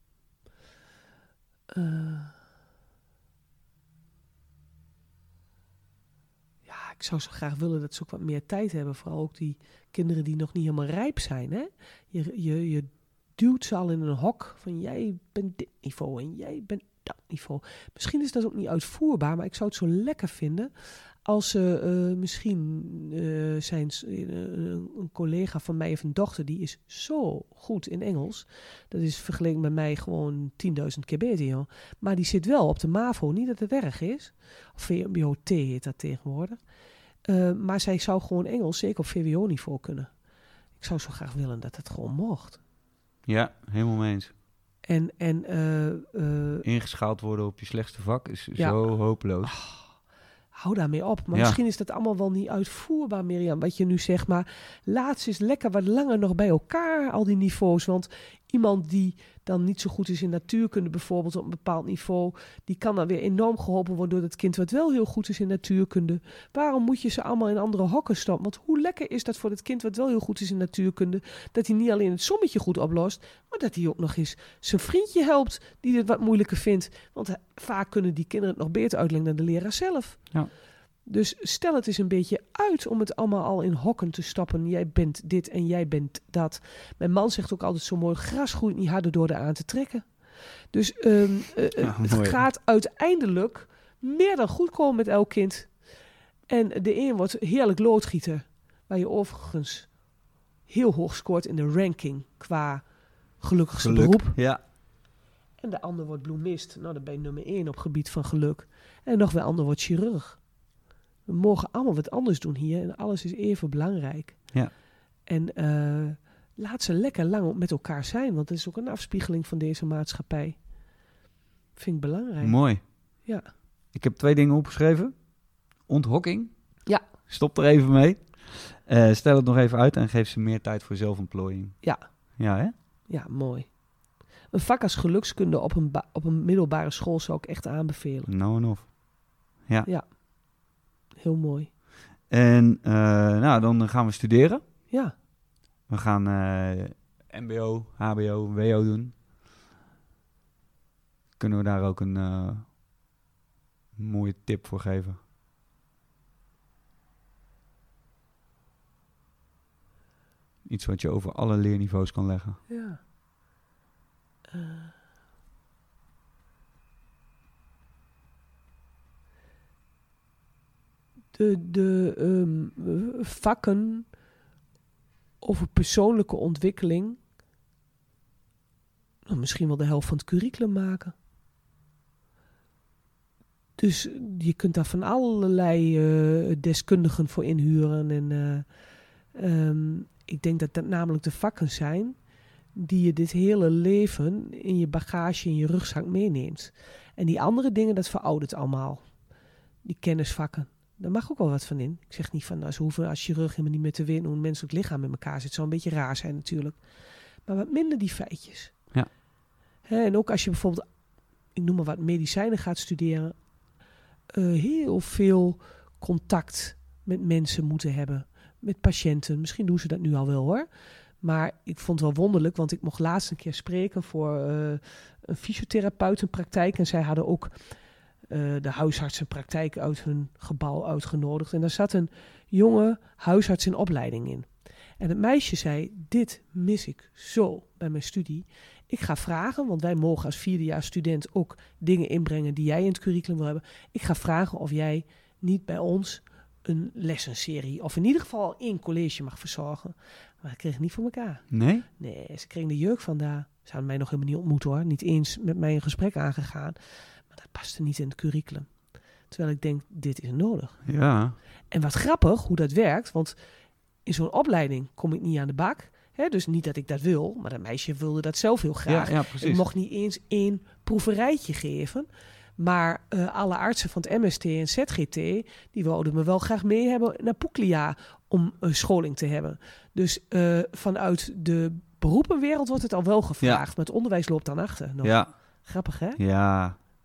Ja, ik zou zo graag willen dat ze ook wat meer tijd hebben. Vooral ook die kinderen die nog niet helemaal rijp zijn. Hè? Je duwt ze al in een hok van jij bent dit niveau en jij bent dat niveau. Misschien is dat ook niet uitvoerbaar, maar ik zou het zo lekker vinden als misschien zijn een collega van mij of een dochter, die is zo goed in Engels. Dat is vergeleken met mij gewoon 10.000 keer beter, joh. Maar die zit wel op de MAVO, niet dat het erg is. Of VMBO-T heet dat tegenwoordig. Maar zij zou gewoon Engels zeker op VWO-niveau kunnen. Ik zou zo graag willen dat het gewoon mocht. Ja, helemaal mee eens. En ingeschaald worden op je slechtste vak is zo hopeloos. Hou daarmee op. Maar misschien is dat allemaal wel niet uitvoerbaar, Mirjam, wat je nu zegt. Maar laat ze eens lekker wat langer nog bij elkaar, al die niveaus. Want iemand die dan niet zo goed is in natuurkunde bijvoorbeeld op een bepaald niveau, die kan dan weer enorm geholpen worden door het kind wat wel heel goed is in natuurkunde. Waarom moet je ze allemaal in andere hokken stoppen? Want hoe lekker is dat voor het kind wat wel heel goed is in natuurkunde, dat hij niet alleen het sommetje goed oplost, maar dat hij ook nog eens zijn vriendje helpt die het wat moeilijker vindt. Want vaak kunnen die kinderen het nog beter uitleggen dan de leraar zelf. Ja. Dus stel het eens een beetje uit om het allemaal al in hokken te stappen. Jij bent dit en jij bent dat. Mijn man zegt ook altijd zo mooi, gras groeit niet harder door aan te trekken. Dus het gaat uiteindelijk meer dan goed komen met elk kind. En de een wordt heerlijk loodgieter, waar je overigens heel hoog scoort in de ranking qua gelukkigste beroep. Ja. En de ander wordt bloemist. Nou, dan ben je nummer 1 op gebied van geluk. En nog wel ander wordt chirurg. We mogen allemaal wat anders doen hier en alles is even belangrijk. Ja. En laat ze lekker lang met elkaar zijn, want dat is ook een afspiegeling van deze maatschappij. Vind ik belangrijk. Mooi. Ja. Ik heb 2 dingen opgeschreven. Onthokking. Ja. Stop er even mee. Stel het nog even uit en geef ze meer tijd voor zelfontplooiing. Ja. Ja, hè? Ja, mooi. Een vak als gelukskunde op een middelbare school zou ik echt aanbevelen. Nou en of. Ja. Ja. Heel mooi. En dan gaan we studeren. Ja. We gaan mbo, hbo, wo doen. Kunnen we daar ook een mooie tip voor geven? Iets wat je over alle leerniveaus kan leggen. Ja. De vakken over persoonlijke ontwikkeling, nou, misschien wel de helft van het curriculum maken. Dus je kunt daar van allerlei deskundigen voor inhuren. En ik denk dat dat namelijk de vakken zijn die je dit hele leven in je bagage, in je rugzak meeneemt. En die andere dingen, dat veroudert allemaal. Die kennisvakken. Daar mag ook wel wat van in. Ik zeg niet van, ze hoeven als chirurg helemaal niet meer te weten hoe een menselijk lichaam in elkaar zit. Het zou een beetje raar zijn natuurlijk. Maar wat minder die feitjes. Ja. En ook als je bijvoorbeeld, ik noem maar wat, medicijnen gaat studeren. Heel veel contact met mensen moeten hebben. Met patiënten. Misschien doen ze dat nu al wel hoor. Maar ik vond het wel wonderlijk, want ik mocht laatst een keer spreken voor een fysiotherapeutenpraktijk. En zij hadden ook de huisartsenpraktijk uit hun gebouw uitgenodigd. En daar zat een jonge huisarts in opleiding in. En het meisje zei, dit mis ik zo bij mijn studie. Ik ga vragen, want wij mogen als 4e-jaar student ook dingen inbrengen die jij in het curriculum wil hebben. Ik ga vragen of jij niet bij ons een lessenserie, of in ieder geval 1 college mag verzorgen. Maar ik kreeg het niet voor elkaar. Nee? Nee, ze kregen de jeuk vandaar. Ze hadden mij nog helemaal niet ontmoet hoor. Niet eens met mij een gesprek aangegaan. Maar dat paste niet in het curriculum. Terwijl ik denk, dit is nodig. Ja. En wat grappig hoe dat werkt, want in zo'n opleiding kom ik niet aan de bak. Hè, dus niet dat ik dat wil, maar dat meisje wilde dat zelf heel graag. Ja, precies. Ik mocht niet eens 1 proeverijtje geven. Maar alle artsen van het MST en ZGT, die wilden me wel graag mee hebben naar Puglia om scholing te hebben. Dus vanuit de beroepenwereld wordt het al wel gevraagd. Ja. Maar het onderwijs loopt dan achter. Nog. Ja. Grappig, hè? Ja.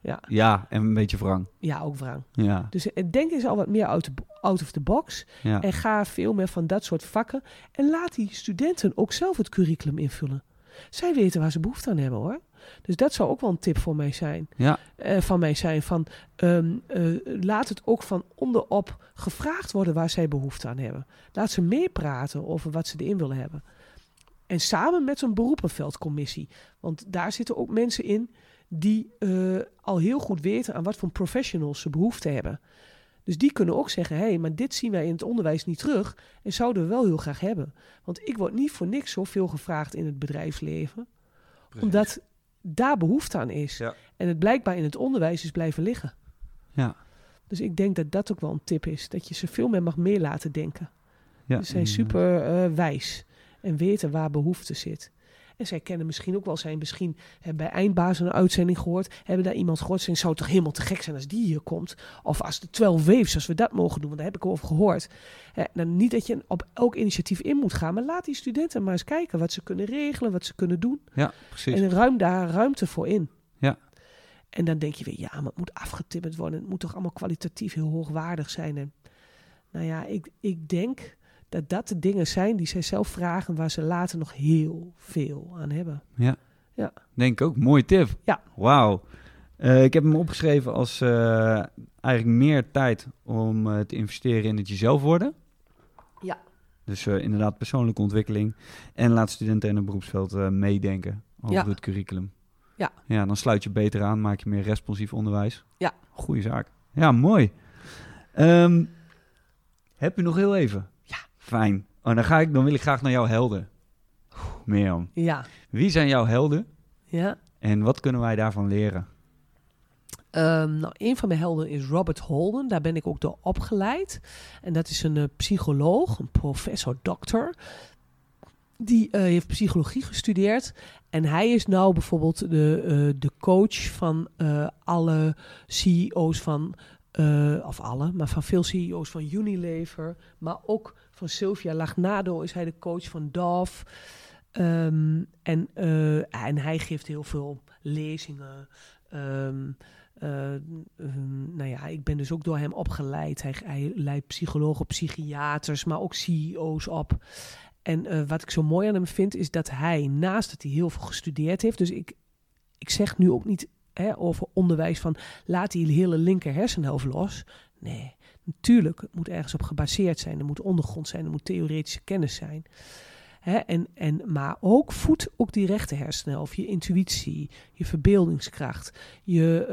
Ja, en een beetje wrang. Ja, ook wrang. Ja. Dus denk eens al wat meer out of the box. Ja. En ga veel meer van dat soort vakken. En laat die studenten ook zelf het curriculum invullen. Zij weten waar ze behoefte aan hebben, hoor. Dus dat zou ook wel een tip voor mij zijn. Ja. Van mij zijn van... laat het ook van onderop gevraagd worden waar zij behoefte aan hebben. Laat ze meepraten over wat ze erin willen hebben. En samen met zo'n beroepenveldcommissie. Want daar zitten ook mensen in die al heel goed weten aan wat voor professionals ze behoefte hebben. Dus die kunnen ook zeggen, hé, maar dit zien wij in het onderwijs niet terug en zouden we wel heel graag hebben. Want ik word niet voor niks zoveel gevraagd in het bedrijfsleven. Precies. Omdat daar behoefte aan is. Ja. En het blijkbaar in het onderwijs is blijven liggen. Ja. Dus ik denk dat dat ook wel een tip is. Dat je ze veel meer mag mee laten denken. Ja. Ze zijn super wijs en weten waar behoefte zit. En zij kennen misschien ook wel misschien hebben bij Eindbaas een uitzending gehoord, hebben daar iemand gehoord, zou het toch helemaal te gek zijn als die hier komt? Of als de 12 Waves, als we dat mogen doen, want daar heb ik over gehoord. Dan niet dat je op elk initiatief in moet gaan, maar laat die studenten maar eens kijken wat ze kunnen regelen, wat ze kunnen doen. Ja, precies. En ruim daar ruimte voor in. Ja. En dan denk je weer, ja, maar het moet afgetimmerd worden. Het moet toch allemaal kwalitatief heel hoogwaardig zijn. En, nou ja, ik denk dat de dingen zijn die zij zelf vragen, waar ze later nog heel veel aan hebben. Ja, denk ik ook. Mooie tip. Ja. Wauw. Ik heb hem opgeschreven als eigenlijk meer tijd om te investeren in het jezelf worden. Ja. Dus inderdaad persoonlijke ontwikkeling. En laat studenten in het beroepsveld meedenken over het curriculum. Ja. Ja, dan sluit je beter aan, maak je meer responsief onderwijs. Ja. Goeie zaak. Ja, mooi. Heb je nog heel even? Ja. Fijn. Dan wil ik graag naar jouw helden. Mirjam. Ja. Wie zijn jouw helden? Ja. En wat kunnen wij daarvan leren? Een van mijn helden is Robert Holden. Daar ben ik ook door opgeleid. En dat is een psycholoog, een professor-dokter. Die heeft psychologie gestudeerd. En hij is nou bijvoorbeeld de coach van alle CEO's van... of alle, maar van veel CEO's van Unilever. Maar ook van Sylvia Lagnado is hij de coach van Dove. En hij geeft heel veel lezingen. Ik ben dus ook door hem opgeleid. Hij leidt psychologen, psychiaters, maar ook CEO's op. En wat ik zo mooi aan hem vind, is dat hij, naast dat hij heel veel gestudeerd heeft... Dus ik zeg nu ook niet over onderwijs van... laat die hele linker hersenhelft los. Nee, natuurlijk, het moet ergens op gebaseerd zijn. Er moet ondergrond zijn, er moet theoretische kennis zijn. Maar voed ook die rechter hersenhelft, je intuïtie, je verbeeldingskracht, je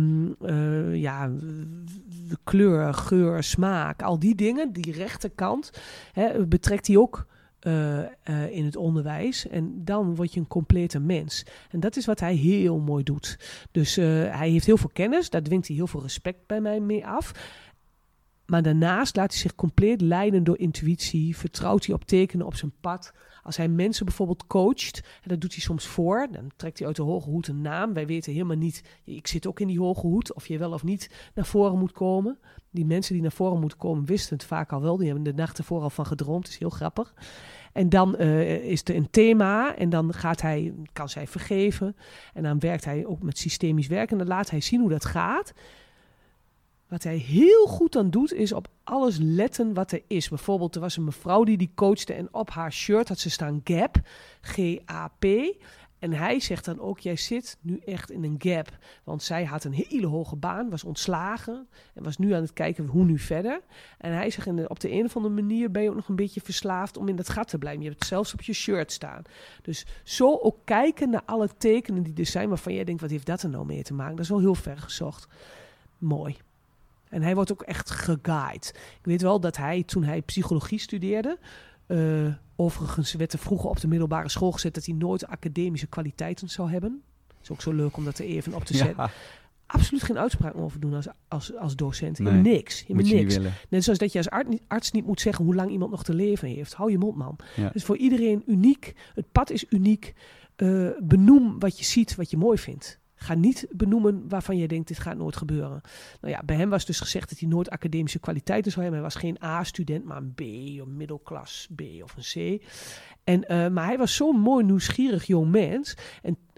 kleur, geur, smaak, al die dingen, die rechterkant, betrekt hij ook in het onderwijs. En dan word je een complete mens. En dat is wat hij heel mooi doet. Dus hij heeft heel veel kennis, daar dwingt hij heel veel respect bij mij mee af. Maar daarnaast laat hij zich compleet leiden door intuïtie. Vertrouwt hij op tekenen op zijn pad. Als hij mensen bijvoorbeeld coacht, en dat doet hij soms voor, dan trekt hij uit de hoge hoed een naam. Wij weten helemaal niet, ik zit ook in die hoge hoed, of je wel of niet naar voren moet komen. Die mensen die naar voren moeten komen wisten het vaak al wel. Die hebben de nacht ervoor al van gedroomd, dat is heel grappig. En dan is er een thema en dan kan zij vergeven. En dan werkt hij ook met systemisch werk en dan laat hij zien hoe dat gaat. Wat hij heel goed aan doet, is op alles letten wat er is. Bijvoorbeeld, er was een mevrouw die coachte en op haar shirt had ze staan GAP, G-A-P. En hij zegt dan ook, jij zit nu echt in een gap. Want zij had een hele hoge baan, was ontslagen en was nu aan het kijken hoe nu verder. En hij zegt, op de een of andere manier ben je ook nog een beetje verslaafd om in dat gat te blijven. Je hebt het zelfs op je shirt staan. Dus zo ook kijken naar alle tekenen die er zijn, waarvan jij denkt, wat heeft dat er nou mee te maken? Dat is wel heel ver gezocht. Mooi. En hij wordt ook echt geguide. Ik weet wel dat toen hij psychologie studeerde... overigens werd er vroeger op de middelbare school gezet... dat hij nooit academische kwaliteiten zou hebben. Dat is ook zo leuk om dat er even op te zetten. Ja. Absoluut geen uitspraak over doen als docent. Nee, niks. Moet je niks. Niet willen. Net zoals dat je als arts niet moet zeggen... hoe lang iemand nog te leven heeft. Hou je mond, man. Ja. Dus voor iedereen uniek. Het pad is uniek. Benoem wat je ziet, wat je mooi vindt. Ga niet benoemen waarvan je denkt, dit gaat nooit gebeuren. Nou ja, bij hem was dus gezegd dat hij nooit academische kwaliteiten zou hebben. Hij was geen A-student, maar een B, een middelklas B of een C. Maar hij was zo'n mooi nieuwsgierig jong mens. En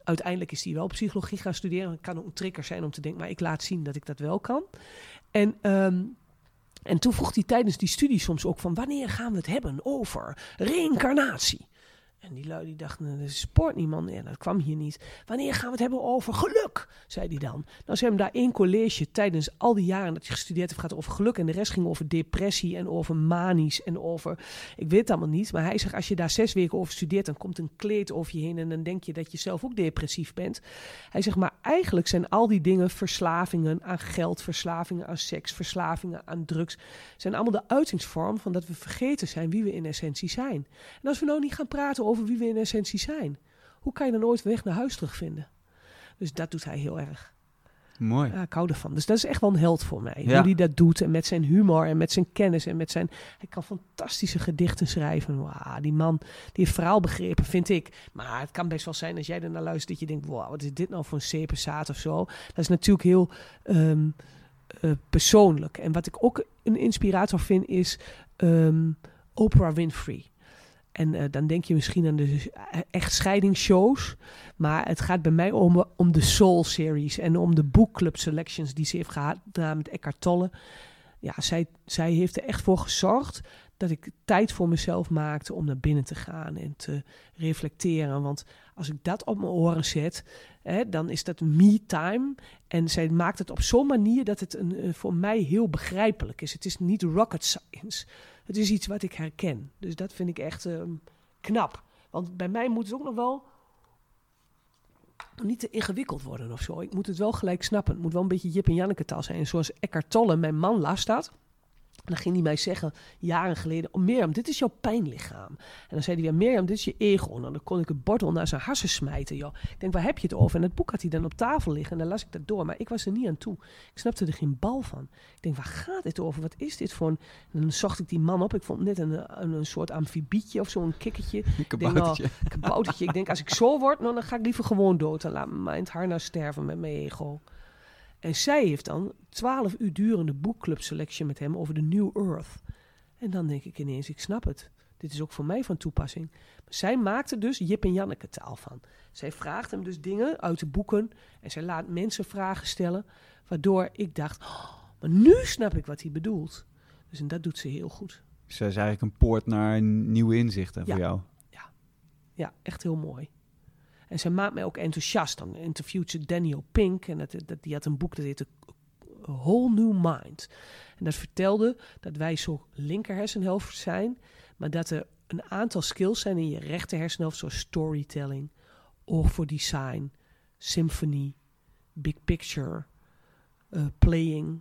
uiteindelijk is hij wel psychologie gaan studeren. Het kan ook een trigger zijn om te denken, maar ik laat zien dat ik dat wel kan. En toen vroeg hij tijdens die studie soms ook van, wanneer gaan we het hebben over reïncarnatie? En die lui die dachten, dat sport niet man. Ja, dat kwam hier niet. Wanneer gaan we het hebben over geluk? Zei hij dan. Nou, ze hebben daar 1 college tijdens al die jaren dat je gestudeerd hebt, gaat over geluk. En de rest ging over depressie en over manisch en over, ik weet het allemaal niet. Maar hij zegt, als je daar 6 weken over studeert, dan komt een kleed over je heen en dan denk je dat je zelf ook depressief bent. Hij zegt, maar eigenlijk zijn al die dingen verslavingen aan geld, verslavingen aan seks, verslavingen aan drugs. Zijn allemaal de uitingsvorm van dat we vergeten zijn wie we in essentie zijn. En als we nou niet gaan praten over wie we in essentie zijn, hoe kan je dan ooit weg naar huis terugvinden? Dus dat doet hij heel erg. Mooi. Ja, ik hou ervan. Dus dat is echt wel een held voor mij. Ja. Hoe hij dat doet en met zijn humor en met zijn kennis en met zijn... Hij kan fantastische gedichten schrijven. Wow, die man, die heeft verhaalbegrepen, vind ik. Maar het kan best wel zijn als jij er naar luistert dat je denkt, wow, wat is dit nou voor een sepenzaad of zo? Dat is natuurlijk heel persoonlijk. En wat ik ook een inspirator vind is Oprah Winfrey. En dan denk je misschien aan de echtscheidingsshows. Maar het gaat bij mij om de Soul Series. En om de boekclub selections die ze heeft gedaan met Eckhart Tolle. Ja, zij heeft er echt voor gezorgd dat ik tijd voor mezelf maakte om naar binnen te gaan en te reflecteren. Want als ik dat op mijn oren zet, dan is dat me-time. En zij maakt het op zo'n manier dat het voor mij heel begrijpelijk is. Het is niet rocket science. Het is iets wat ik herken. Dus dat vind ik echt knap. Want bij mij moet het ook nog wel niet te ingewikkeld worden of zo. Ik moet het wel gelijk snappen. Het moet wel een beetje Jip en Janneke taal zijn. En zoals Eckhart Tolle, mijn man, las dat. En dan ging hij mij zeggen, jaren geleden, oh Mirjam, dit is jouw pijnlichaam. En dan zei hij weer, Mirjam, dit is je ego. En dan kon ik het bord naar zijn harsen smijten. Joh. Ik denk, waar heb je het over? En het boek had hij dan op tafel liggen en dan las ik dat door. Maar ik was er niet aan toe. Ik snapte er geen bal van. Ik denk, waar gaat dit over? Wat is dit voor een... En dan zocht ik die man op. Ik vond net een soort amfibietje of zo'n kikkertje. Kaboutertje. Ik denk, als ik zo word, dan ga ik liever gewoon dood. Dan laat me maar in het harnas sterven met mijn ego. En zij heeft dan 12 uur durende boekclub selectie met hem over de New Earth. En dan denk ik ineens, ik snap het. Dit is ook voor mij van toepassing. Maar zij maakt er dus Jip en Janneke taal van. Zij vraagt hem dus dingen uit de boeken. En zij laat mensen vragen stellen. Waardoor ik dacht, maar nu snap ik wat hij bedoelt. Dus en dat doet ze heel goed. Zij is eigenlijk een poort naar nieuwe inzichten voor jou. Ja, echt heel mooi. En zij maakt mij ook enthousiast. Dan interviewt ze Daniel Pink. En die had een boek dat heette A Whole New Mind. En dat vertelde dat wij zo linker hersenhelft zijn. Maar dat er een aantal skills zijn in je rechter hersenhelft. Zoals storytelling, oog voor design, symphony, big picture, playing,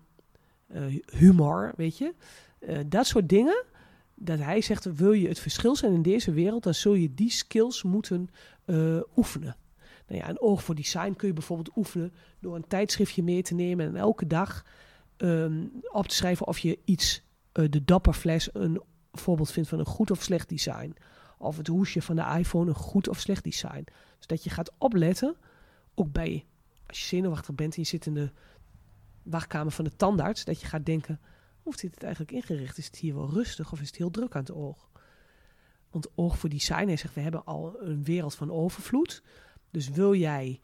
humor, weet je. Dat soort dingen. Dat hij zegt, wil je het verschil zijn in deze wereld, dan zul je die skills moeten oefenen. Nou ja, een oog voor design kun je bijvoorbeeld oefenen door een tijdschriftje mee te nemen en elke dag op te schrijven of je iets, de dapperfles, een voorbeeld vindt van een goed of slecht design. Of het hoesje van de iPhone een goed of slecht design. Dus dat je gaat opletten, ook bij, als je zenuwachtig bent en je zit in de wachtkamer van de tandarts, dat je gaat denken, hoe zit het eigenlijk ingericht? Is het hier wel rustig of is het heel druk aan het oog? Want oog voor design, hij zegt, we hebben al een wereld van overvloed. Dus wil jij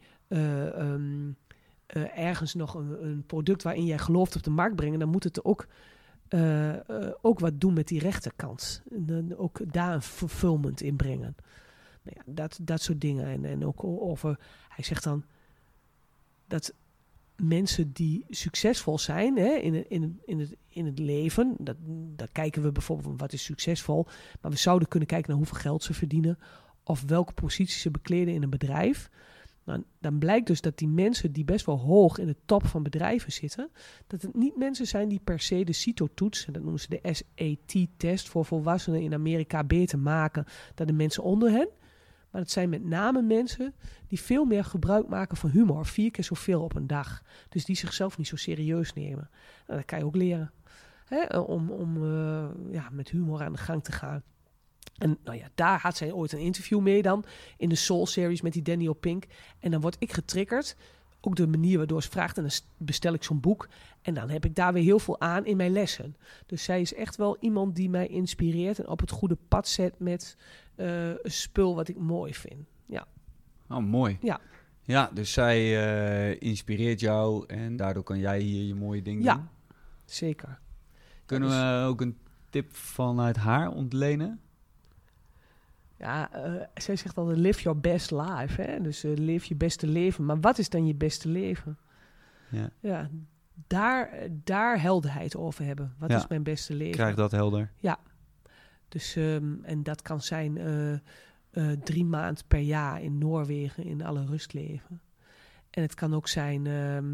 ergens nog een product waarin jij gelooft op de markt brengen, dan moet het ook wat doen met die rechterkant. En dan ook daar een fulfillment in brengen. Nou ja, dat soort dingen. En ook over, hij zegt dan dat mensen die succesvol zijn in het leven, daar kijken we bijvoorbeeld van wat is succesvol, maar we zouden kunnen kijken naar hoeveel geld ze verdienen of welke positie ze bekleden in een bedrijf. Nou, dan blijkt dus dat die mensen die best wel hoog in de top van bedrijven zitten, dat het niet mensen zijn die per se de CITO-toets, en dat noemen ze de SAT-test voor volwassenen in Amerika, beter maken dan de mensen onder hen. Maar het zijn met name mensen die veel meer gebruik maken van humor. 4 keer zoveel op een dag. Dus die zichzelf niet zo serieus nemen. Nou, dat kan je ook leren. Om met humor aan de gang te gaan. En nou ja, daar had zij ooit een interview mee dan. In de Soul Series met die Daniel Pink. En dan word ik getriggerd. Ook de manier waardoor ze vraagt. En dan bestel ik zo'n boek. En dan heb ik daar weer heel veel aan in mijn lessen. Dus zij is echt wel iemand die mij inspireert. En op het goede pad zet met een spul wat ik mooi vind. Ja. Oh, mooi. Ja. Ja, dus zij inspireert jou en daardoor kan jij hier je mooie ding doen. Zeker. Kunnen we ook een tip vanuit haar ontlenen? Ja, zij zegt altijd live your best life. Hè? Dus leef je beste leven. Maar wat is dan je beste leven? Ja, daar helderheid over hebben. Wat is mijn beste leven? Krijg dat helder. Ja. Dus, en dat kan zijn 3 maanden per jaar in Noorwegen in alle rust leven. En het kan ook zijn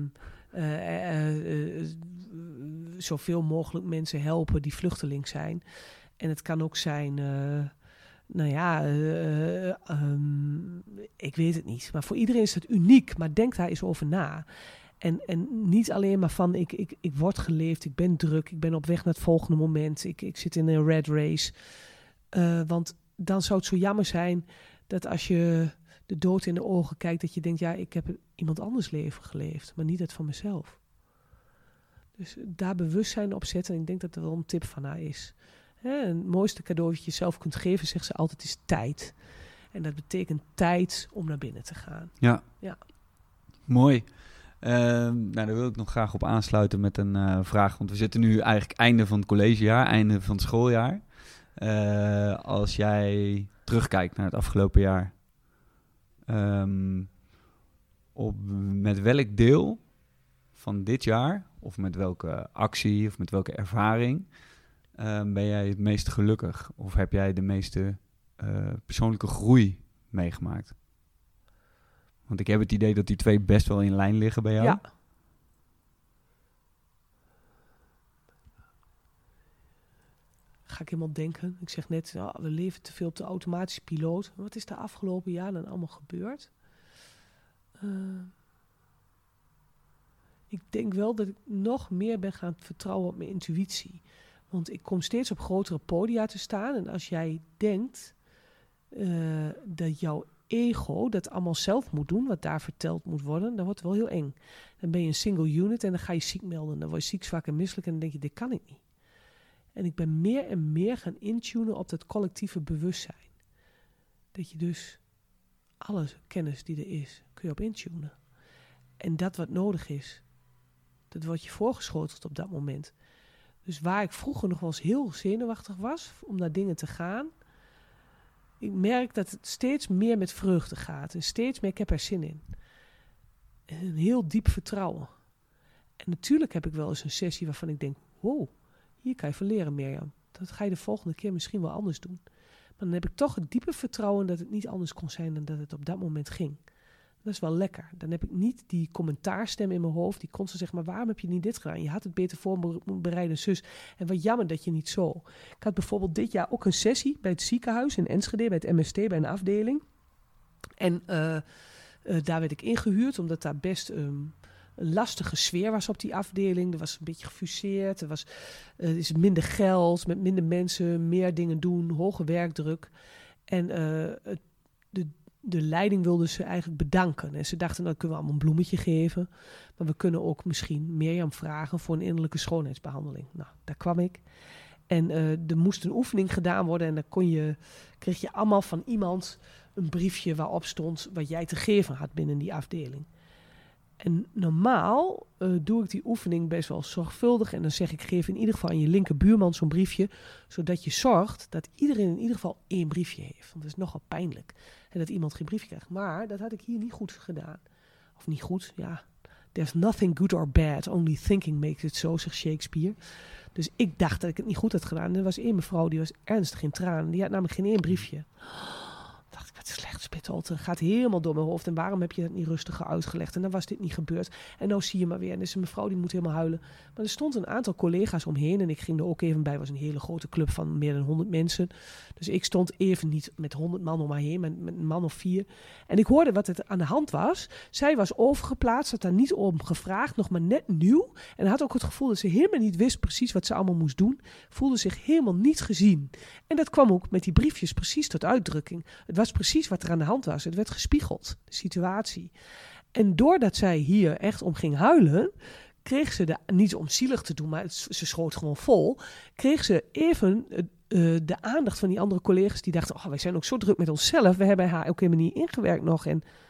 zoveel mogelijk mensen helpen die vluchteling zijn. En het kan ook zijn, ik weet het niet. Maar voor iedereen is het uniek. Maar denk daar eens over na. En niet alleen maar van, ik word geleefd, ik ben druk, ik ben op weg naar het volgende moment. Ik zit in een red race. Want dan zou het zo jammer zijn dat als je de dood in de ogen kijkt, dat je denkt, ja, ik heb iemand anders leven geleefd, maar niet het van mezelf. Dus daar bewustzijn op zetten. En ik denk dat er wel een tip van haar is. Het mooiste cadeau dat je jezelf kunt geven, zegt ze altijd, is tijd. En dat betekent tijd om naar binnen te gaan. Ja. Mooi. Daar wil ik nog graag op aansluiten met een vraag. Want we zitten nu eigenlijk einde van het collegejaar, einde van het schooljaar. Als jij terugkijkt naar het afgelopen jaar, met welk deel van dit jaar, of met welke actie, of met welke ervaring, ben jij het meest gelukkig? Of heb jij de meeste persoonlijke groei meegemaakt? Want ik heb het idee dat die 2 best wel in lijn liggen bij jou. Ja. Ga ik helemaal denken. Ik zeg net, we leven te veel op de automatische piloot. Wat is de afgelopen jaar dan allemaal gebeurd? Ik denk wel dat ik nog meer ben gaan vertrouwen op mijn intuïtie. Want ik kom steeds op grotere podia te staan. En als jij denkt dat jouw ego dat allemaal zelf moet doen, wat daar verteld moet worden, dan wordt het wel heel eng. Dan ben je een single unit en dan ga je ziek melden. Dan word je ziek, zwak en misselijk en dan denk je, dit kan ik niet. En ik ben meer en meer gaan intunen op dat collectieve bewustzijn. Dat je dus alle kennis die er is, kun je op intunen. En dat wat nodig is, dat wordt je voorgeschoteld op dat moment. Dus waar ik vroeger nog wel eens heel zenuwachtig was om naar dingen te gaan, ik merk dat het steeds meer met vreugde gaat. En steeds meer, ik heb er zin in. En een heel diep vertrouwen. En natuurlijk heb ik wel eens een sessie waarvan ik denk, wow, hier kan je van leren, Mirjam. Dat ga je de volgende keer misschien wel anders doen. Maar dan heb ik toch het diepe vertrouwen dat het niet anders kon zijn dan dat het op dat moment ging. Dat is wel lekker. Dan heb ik niet die commentaarstem in mijn hoofd die constant zegt, maar waarom heb je niet dit gedaan? Je had het beter voorbereiden, zus. En wat jammer dat je niet zo. Ik had bijvoorbeeld dit jaar ook een sessie bij het ziekenhuis in Enschede, bij het MST, bij een afdeling. En daar werd ik ingehuurd, omdat daar best een lastige sfeer was op die afdeling. Er was een beetje gefuseerd. Er is minder geld, met minder mensen, meer dingen doen, hoge werkdruk. En de leiding wilde ze eigenlijk bedanken. En ze dachten, nou kunnen we allemaal een bloemetje geven. Maar we kunnen ook misschien Mirjam vragen voor een innerlijke schoonheidsbehandeling. Nou, daar kwam ik. En er moest een oefening gedaan worden. En dan kreeg je allemaal van iemand een briefje waarop stond wat jij te geven had binnen die afdeling. En normaal doe ik die oefening best wel zorgvuldig. En dan zeg ik, geef in ieder geval aan je linkerbuurman zo'n briefje. Zodat je zorgt dat iedereen in ieder geval 1 briefje heeft. Want dat is nogal pijnlijk. En dat iemand geen briefje krijgt. Maar dat had ik hier niet goed gedaan. Of niet goed, ja. There's nothing good or bad. Only thinking makes it so, zegt Shakespeare. Dus ik dacht dat ik het niet goed had gedaan. En er was 1 mevrouw, die was ernstig in tranen. Die had namelijk geen 1 briefje. Dacht ik, wat slecht spitteld. Het gaat helemaal door mijn hoofd. En waarom heb je dat niet rustiger uitgelegd? En dan was dit niet gebeurd. En nou zie je maar weer. En dus een mevrouw die moet helemaal huilen. Maar er stond een aantal collega's omheen. En ik ging er ook even bij. Het was een hele grote club van meer dan 100 mensen. Dus ik stond even niet met 100 man om haar heen. Maar met een man of 4. En ik hoorde wat er aan de hand was. Zij was overgeplaatst. Had daar niet om gevraagd. Nog maar net nieuw. En had ook het gevoel dat ze helemaal niet wist precies wat ze allemaal moest doen. Voelde zich helemaal niet gezien. En dat kwam ook met die briefjes precies tot uitdrukking. Het was precies wat er aan de hand was. Het werd gespiegeld, de situatie. En doordat zij hier echt om ging huilen, kreeg ze, niet om zielig te doen, maar ze schoot gewoon vol, kreeg ze even de aandacht van die andere collega's die dachten, wij zijn ook zo druk met onszelf, we hebben haar ook helemaal niet ingewerkt nog. En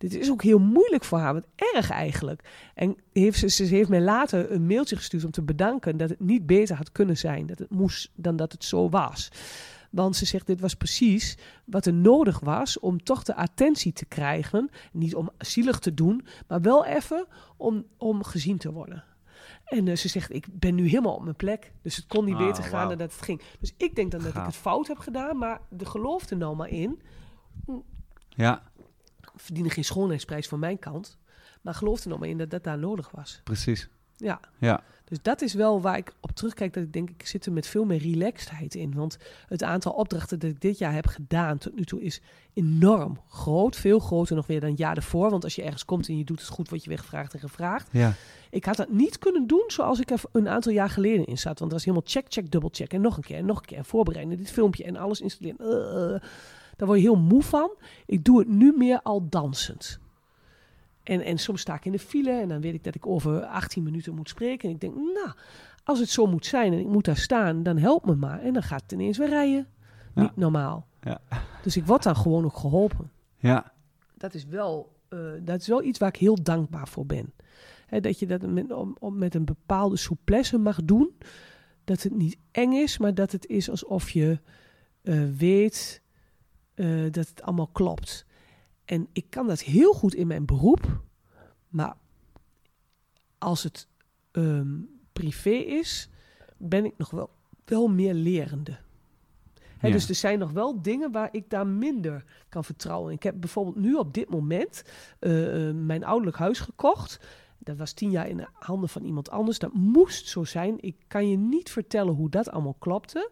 Dit is ook heel moeilijk voor haar, wat erg eigenlijk. En ze heeft mij later een mailtje gestuurd om te bedanken dat het niet beter had kunnen zijn. Dat het moest dan dat het zo was. Want ze zegt, dit was precies wat er nodig was om toch de attentie te krijgen. Niet om zielig te doen, maar wel even om gezien te worden. En ze zegt, ik ben nu helemaal op mijn plek. Dus het kon niet beter gaan dan dat het ging. Dus ik denk dan dat ik het fout heb gedaan. Maar de geloof er nou maar in. Ja. Verdienen geen schoonheidsprijs van mijn kant. Maar geloof er nou maar in dat dat daar nodig was. Precies. Ja. Dus dat is wel waar ik op terugkijk. Dat ik denk, ik zit er met veel meer relaxedheid in. Want het aantal opdrachten dat ik dit jaar heb gedaan tot nu toe is enorm groot. Veel groter nog weer dan het jaar ervoor. Want als je ergens komt en je doet het goed, word je weer gevraagd en gevraagd. Ja. Ik had dat niet kunnen doen zoals ik er een aantal jaar geleden in zat. Want dat was helemaal check, dubbelcheck. En nog een keer, en nog een keer. En voorbereiden, dit filmpje en alles installeren. Daar word je heel moe van. Ik doe het nu meer al dansend. En soms sta ik in de file en dan weet ik dat ik over 18 minuten moet spreken. En ik denk, nou, als het zo moet zijn en ik moet daar staan, dan help me maar. En dan gaat het ineens weer rijden. Ja. Niet normaal. Ja. Dus ik word dan gewoon ook geholpen. Ja. Dat is wel iets waar ik heel dankbaar voor ben. Dat je dat met een bepaalde souplesse mag doen. Dat het niet eng is, maar dat het is alsof je weet dat het allemaal klopt. En ik kan dat heel goed in mijn beroep. Maar als het privé is, ben ik nog wel meer lerende. Ja. Dus er zijn nog wel dingen waar ik daar minder kan vertrouwen. Ik heb bijvoorbeeld nu op dit moment mijn ouderlijk huis gekocht. Dat was 10 jaar in de handen van iemand anders. Dat moest zo zijn. Ik kan je niet vertellen hoe dat allemaal klopte.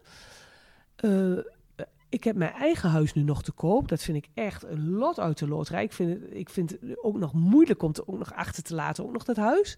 Ik heb mijn eigen huis nu nog te koop. Dat vind ik echt een lot uit de loterij. Ik vind het ook nog moeilijk om er ook nog achter te laten. Ook nog dat huis.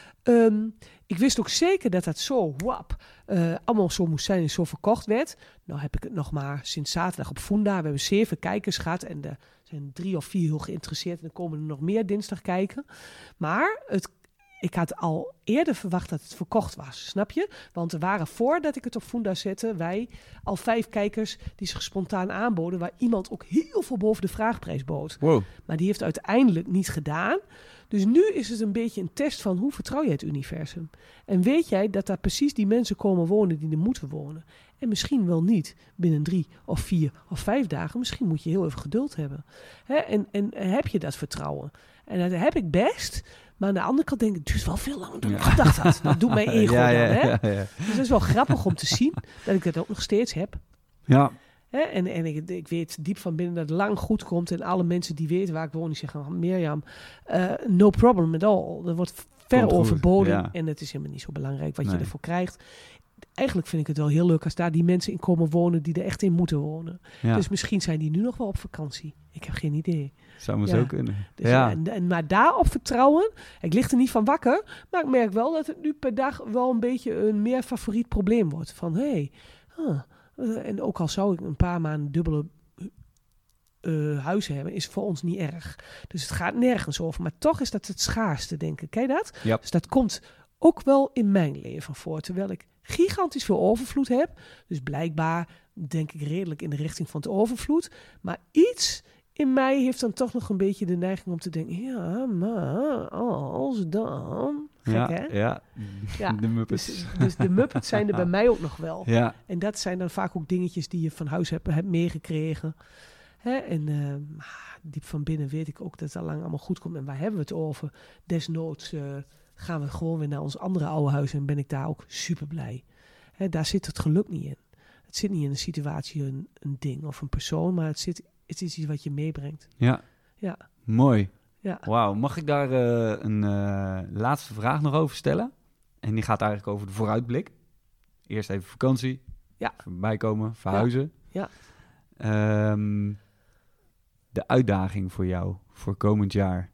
Ik wist ook zeker dat dat zo allemaal zo moest zijn en zo verkocht werd. Nou heb ik het nog maar sinds zaterdag op Funda. We hebben 7 kijkers gehad en er zijn 3 of 4 heel geïnteresseerd. En er komen er nog meer dinsdag kijken. Maar ik had al eerder verwacht dat het verkocht was, snap je? Want er waren voordat ik het op Funda zette, wij al 5 kijkers die zich spontaan aanboden, waar iemand ook heel veel boven de vraagprijs bood. Wow. Maar die heeft uiteindelijk niet gedaan. Dus nu is het een beetje een test van hoe vertrouw je het universum? En weet jij dat daar precies die mensen komen wonen die er moeten wonen? En misschien wel niet binnen 3 of 4 of 5 dagen. Misschien moet je heel even geduld hebben. En heb je dat vertrouwen? En dat heb ik best. Maar aan de andere kant denk ik, het duurt wel veel langer dan ik gedacht had. Dat doet mijn ego dan. Ja. Dus dat is wel grappig om te zien dat ik dat ook nog steeds heb. Ja. En ik weet diep van binnen dat het lang goed komt. En alle mensen die weten waar ik woon, die zeggen, Mirjam, no problem at all. Er wordt ver overboden. Ja. En het is helemaal niet zo belangrijk wat je ervoor krijgt. Eigenlijk vind ik het wel heel leuk als daar die mensen in komen wonen die er echt in moeten wonen. Ja. Dus misschien zijn die nu nog wel op vakantie. Ik heb geen idee. Zou maar zo kunnen. Dus maar daarop vertrouwen. Ik lig er niet van wakker. Maar ik merk wel dat het nu per dag wel een beetje een meer favoriet probleem wordt. Van en ook al zou ik een paar maanden dubbele huizen hebben, is voor ons niet erg. Dus het gaat nergens over. Maar toch is dat het schaarste, denk ik. Ken je dat? Yep. Dus dat komt ook wel in mijn leven voor. Terwijl ik gigantisch veel overvloed heb. Dus blijkbaar denk ik redelijk in de richting van het overvloed. Maar iets in mij heeft dan toch nog een beetje de neiging om te denken, ja, maar als dan... Gek, hè? Ja, de Muppets. Dus de Muppets zijn er bij mij ook nog wel. Ja. En dat zijn dan vaak ook dingetjes die je van huis hebt meegekregen. En diep van binnen weet ik ook dat het al lang allemaal goed komt. En waar hebben we het over? Desnoods gaan we gewoon weer naar ons andere oude huis en ben ik daar ook super blij. Daar zit het geluk niet in. Het zit niet in een situatie, een ding of een persoon, maar het is iets wat je meebrengt. Ja. Mooi. Ja. Wauw, mag ik daar een laatste vraag nog over stellen? En die gaat eigenlijk over de vooruitblik. Eerst even vakantie. Ja. Even bijkomen, verhuizen. Ja. De uitdaging voor jou voor komend jaar,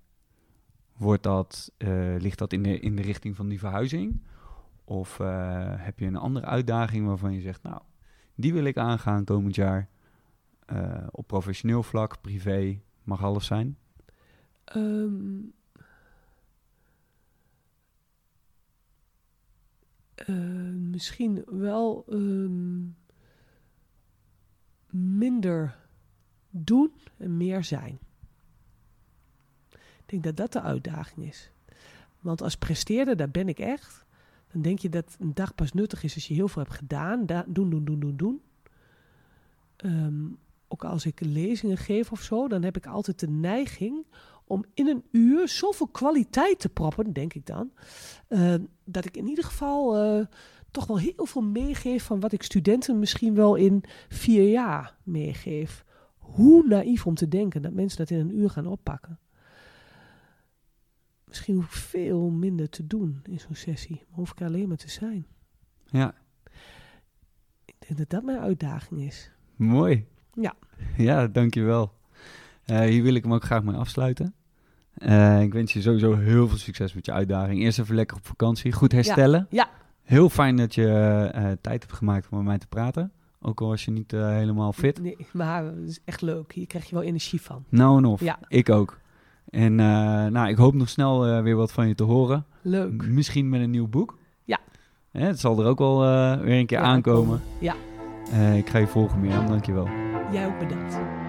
ligt dat in de richting van die verhuizing? Of heb je een andere uitdaging waarvan je zegt, nou, die wil ik aangaan komend jaar. Op professioneel vlak, privé, mag alles zijn? Misschien wel minder doen en meer zijn. denk dat dat de uitdaging is. Want als presteerder, daar ben ik echt. Dan denk je dat een dag pas nuttig is als je heel veel hebt gedaan. Doen. Ook als ik lezingen geef of zo, dan heb ik altijd de neiging om in een uur zoveel kwaliteit te proppen, denk ik dan. Dat ik in ieder geval toch wel heel veel meegeef van wat ik studenten misschien wel in 4 jaar meegeef. Hoe naïef om te denken dat mensen dat in een uur gaan oppakken. Misschien hoef ik veel minder te doen in zo'n sessie. Maar hoef ik er alleen maar te zijn. Ja. Ik denk dat dat mijn uitdaging is. Mooi. Ja. Ja, dankjewel. Hier wil ik hem ook graag mee afsluiten. Ik wens je sowieso heel veel succes met je uitdaging. Eerst even lekker op vakantie. Goed herstellen. Ja. Heel fijn dat je tijd hebt gemaakt om met mij te praten. Ook al was je niet helemaal fit. Nee, maar het is echt leuk. Hier krijg je wel energie van. Nou en of. Ja. Ik ook. En ik hoop nog snel weer wat van je te horen. Leuk. Misschien met een nieuw boek. Ja. Het zal er ook wel weer een keer aankomen. Ja. Ik ga je volgen, Mirjam. Dankjewel. Jij ook bedankt.